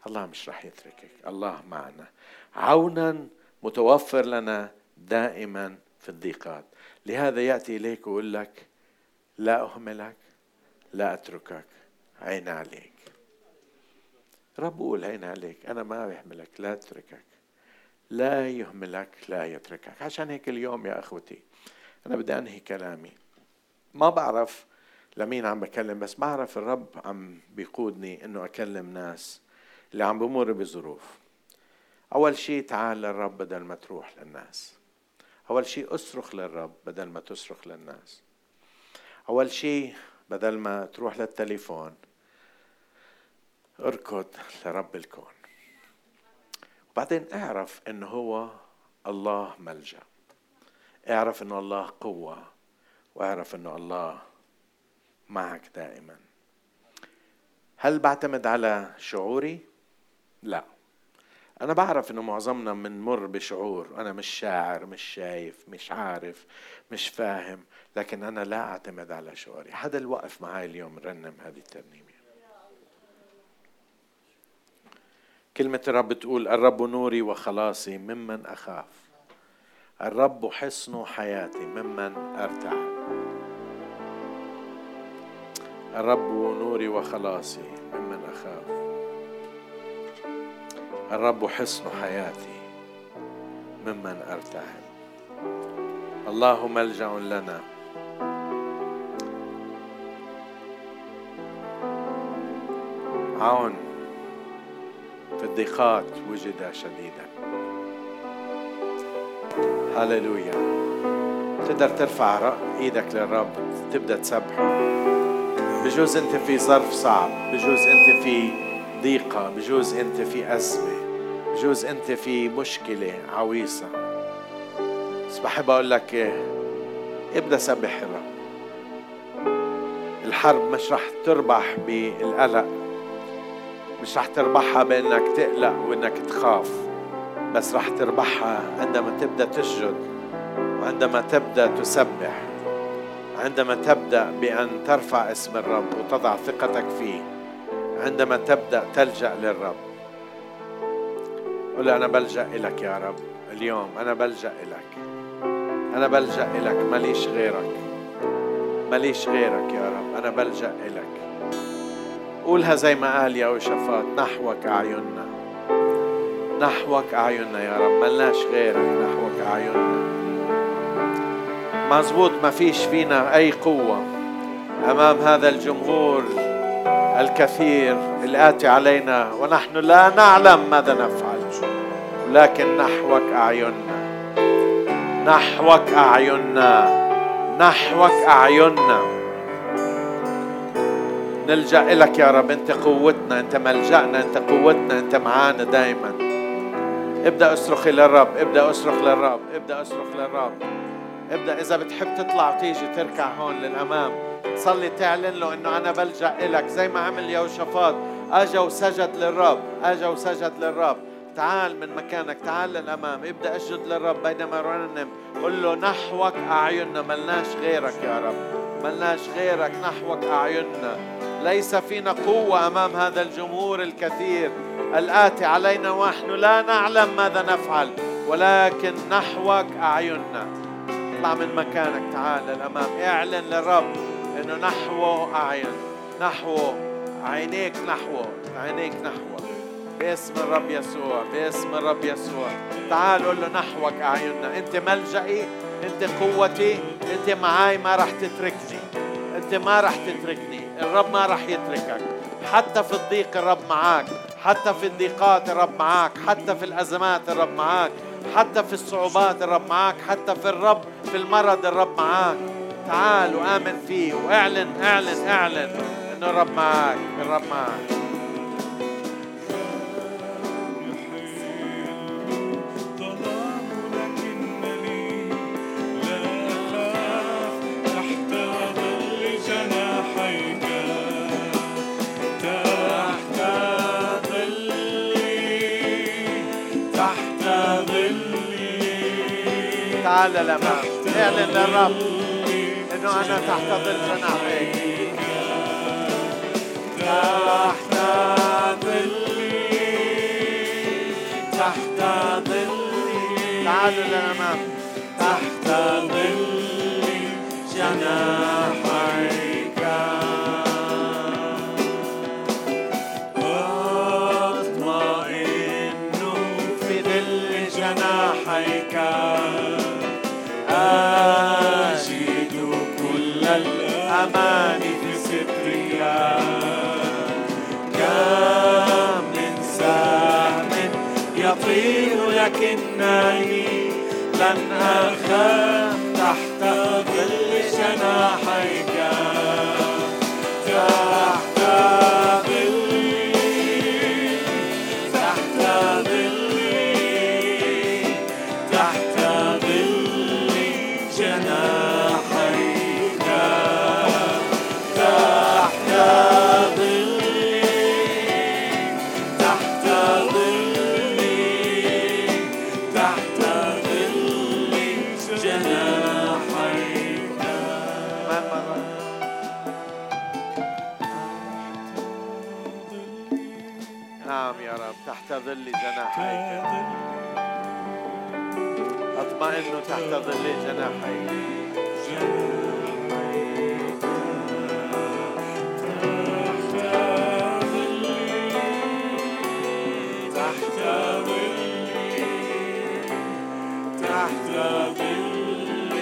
الله مش رح يتركك، الله معنا، عونا متوفر لنا دائما في الضيقات. لهذا يأتي إليك ويقول لك لا أهملك، لا أتركك، عين عليك. رب قول عين عليك، أنا ما بيهملك، لا أتركك، لا يهملك، لا يتركك. عشان هيك اليوم يا أخوتي أنا بدي أنهي كلامي. ما بعرف لمين عم بكلم، بس بعرف الرب عم بيقودني إنه أكلم ناس اللي عم بمر بظروف. أول شيء تعال للرب بدل ما تروح للناس. أول شيء أصرخ للرب بدل ما تصرخ للناس. أول شيء بدل ما تروح للتليفون اركض لرب الكون. وبعدين اعرف إنه هو الله ملجأ، اعرف إنه الله قوة، واعرف إنه الله معك دائما. هل بعتمد على شعوري؟ لا. أنا بعرف إنه معظمنا منمر بشعور، أنا مش شاعر، مش شايف، مش عارف، مش فاهم، لكن أنا لا أعتمد على شعوري. حدا الوقف معاي اليوم رنم هذه الترنيمة. كلمة الرب تقول الرب نوري وخلاصي ممن أخاف، الرب حصن حياتي ممن أرتعب. الرب نوري وخلاصي ممن أخاف، الرب حصن حياتي ممن أرتعب. الله ملجأ لنا، عون في الضيقات وجد شديدا. هاليلويا. تقدر ترفع ايدك للرب تبدأ تسبحه. بجوز انت في ظرف صعب، بجوز انت في ضيقة، بجوز انت في أزمة، بجوز انت في مشكلة عويصة، بس بحب اقول لك ابدأ سبح الرب. الحرب مش رح تربح بالقلق، مش رح تربحها بانك تقلق وانك تخاف، بس رح تربحها عندما تبدأ تسجد، وعندما تبدأ تسبح، عندما تبدأ بأن ترفع اسم الرب وتضع ثقتك فيه، عندما تبدأ تلجأ للرب. قل أنا بلجأ إليك يا رب اليوم، أنا بلجأ إليك، أنا بلجأ إليك، ماليش غيرك، ماليش غيرك يا رب، أنا بلجأ إليك. قولها زي ما قال يهوشافاط، نحوك أعيننا، نحوك أعيننا يا رب، ملناش غيرك، نحوك أعيننا. مظبوط، ما فيش فينا أي قوة أمام هذا الجمهور الكثير الآتي علينا ونحن لا نعلم ماذا نفعل، ولكن نحوك أعيننا، نحوك أعيننا، نحوك أعيننا. نلجأ إليك يا رب، أنت قوتنا، أنت ملجأنا، أنت قوتنا، أنت معانا دايما. ابدأ أصرخ للرب، ابدأ أصرخ للرب، ابدأ أصرخ للرب. ابدأ إذا بتحب تطلع وتيجي تركع هون للأمام، صلي تعلن له إنه أنا بلجأ إليك زي ما عمل يهوشافاط، أجا وسجد للرب، أجا وسجد للرب. تعال من مكانك، تعال للأمام، ابدأ أسجد للرب بينما نرنم. قل له نحوك أعيننا، ملناش غيرك يا رب، ملناش غيرك، نحوك أعيننا. ليس فينا قوة أمام هذا الجمهور الكثير الآتي علينا ونحن لا نعلم ماذا نفعل، ولكن نحوك أعيننا. اطلع من مكانك، تعال للأمام، اعلن للرب إنه نحوه أعين، نحوه عينيك، نحوه عينيك، نحوه باسم الرب يسوع، باسم الرب يسوع. تعال قول له نحوك أعيننا، أنت ملجئي، أنت قوتي، أنت معاي، ما رح تتركني، أنت ما رح تتركني، الرب ما رح يتركك. حتى في الضيق الرب معاك، حتى في الضيقات الرب معاك، حتى في الأزمات الرب معاك، حتى في الصعوبات الرب معاك، حتى في الرب في المرض الرب معاك. تعال وآمن فيه واعلن، اعلن اعلن إنه الرب معاك، الرب معاك. تعال للأمام، اعلن للرب إنه أنا تحت ظل جناحيك، تحت ظلي تعالوا للأمام. تحت ظل جناحيك أطمئن، في ظل جناحيك أجد كل الأمان في سترك. كم من سهم يطير لكنني لن أخاف تحت ظل جناحيك. تحت ظلي، تحت ظلي، تحت ظل جناحيك. تحت ظلي، تحت ظلي، تحت ظل جناحيك. نعم يا رب، تحت ظل جناحيك أطمئن، تحت ظل جناحيك. تحت ظلي، تحت ظل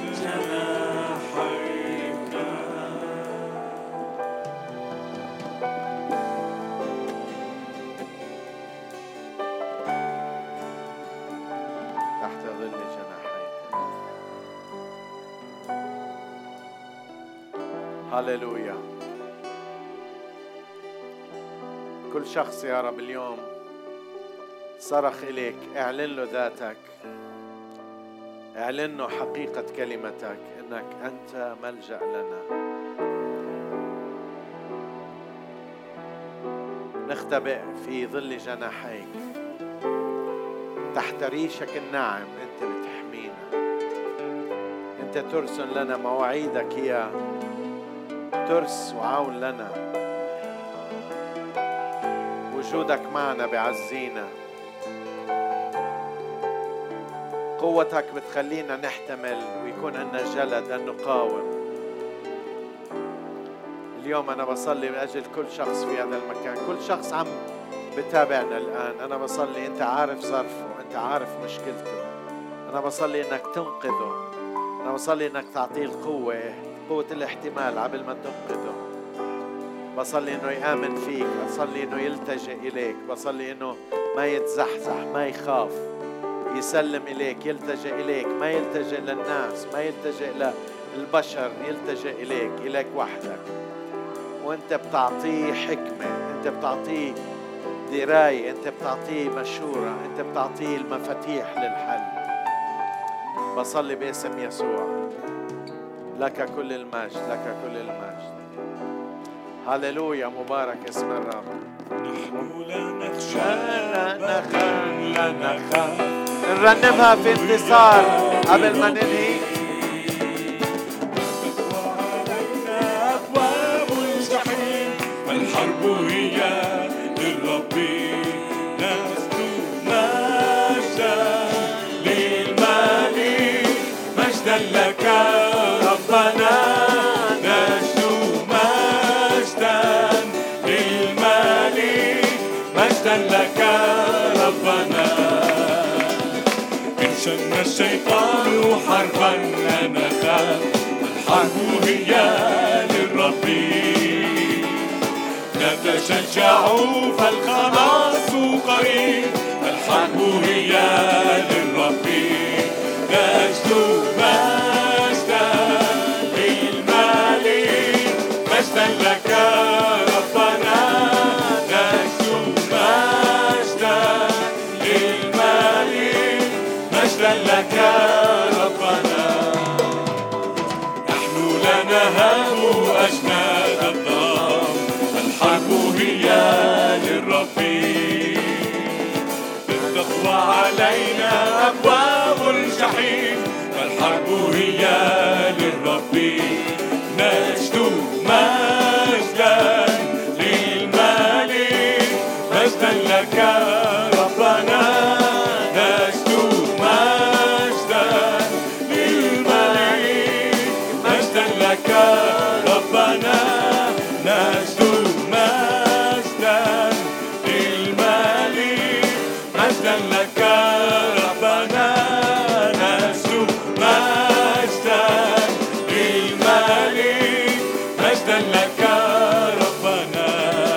جناحيك. تحت ظل جناحيك. هللويا. كل شخص يا رب اليوم صرخ إليك، اعلن له ذاتك، اعلن له حقيقة كلمتك، إنك أنت ملجأ لنا. نختبئ في ظل جناحيك، تحت ريشك الناعم أنت بتحمينا، أنت ترسل لنا مواعيدك، هي ترس وعون لنا. وجودك معنا بعزينا، قوتك بتخلينا نحتمل ويكون عندنا جلد أن نقاوم. اليوم أنا بصلي من أجل كل شخص في هذا المكان، كل شخص عم بتابعنا الآن. أنا بصلي أنت عارف ظرفه، أنت عارف مشكلته. أنا بصلي أنك تنقذه، أنا بصلي أنك تعطيه القوة، قوة الاحتمال قبل ما تنقذه. بصلي أنه يآمن فيك، بصلي أنه يلتجئ إليك، بصلي أنه ما يتزحزح، ما يخاف، يسلم إليك، يلتجئ إليك، ما يلتجئ للناس، ما يلتجئ للبشر، يلتجئ إليك وحدك. وأنت بتعطيه حكمة، أنت بتعطيه دراية، أنت بتعطيه مشورة، أنت بتعطيه المفاتيح للحل. بصلي باسم يسوع، لك كل المجد، لك كل المجد. هللويا، مبارك اسم الرب. نحن لا نخشى، لا نخاف، لا نخاف. نرنمها في انتصار قبل ما ننهي. وعلينا أبواب الجحيم، فالحرب هي للرب. نسجد مجدا للملك، مجدا لك ربنا. نسجد مجدا للملك، مجدا لك ربنا. إن شن الشيطان حربا لا نخاف، الحرب هي للرب. لا تشجعوا فالخلاص قريب، الحرب هي للرب. نسجد مجدا للملك، مجدا لك ربنا. نسجد مجدا للملك، مجدا لك ربنا. نحن لا نهاب أجناد الظلام، الحرب هي للرب. تقوى علينا أبواب الجحيم، فالحرب هي للرب. نسجد مجدا للملك، مجدا لك ربنا. نسجد مجدا نشد مجدا للملك مجدا لك ربنا نشد مجدا للملك مجدا لك ربنا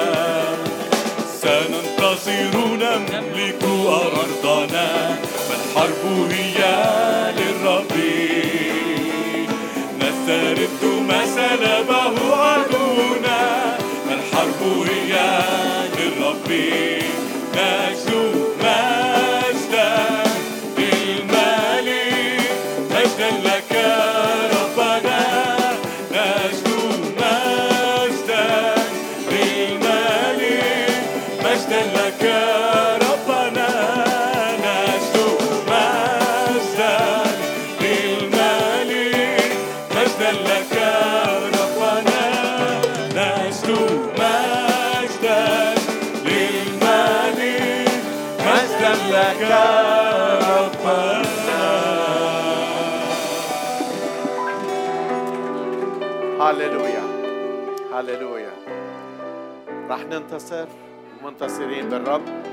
سننتصر نملك أرضنا فالحرب هي للرب نسترد ما سلبه عدونا فالحرب هي للرب نشد مجدا للملك مجدا لك ربنا نشد مجدا للملك مجدا لك ربنا نشد مجدا للملك مجدا لك ربنا نشد مجدا للملك مجدا لك ربنا. هاليلويا هاليلويا. راح ننتصر ومنتصرين بالرب.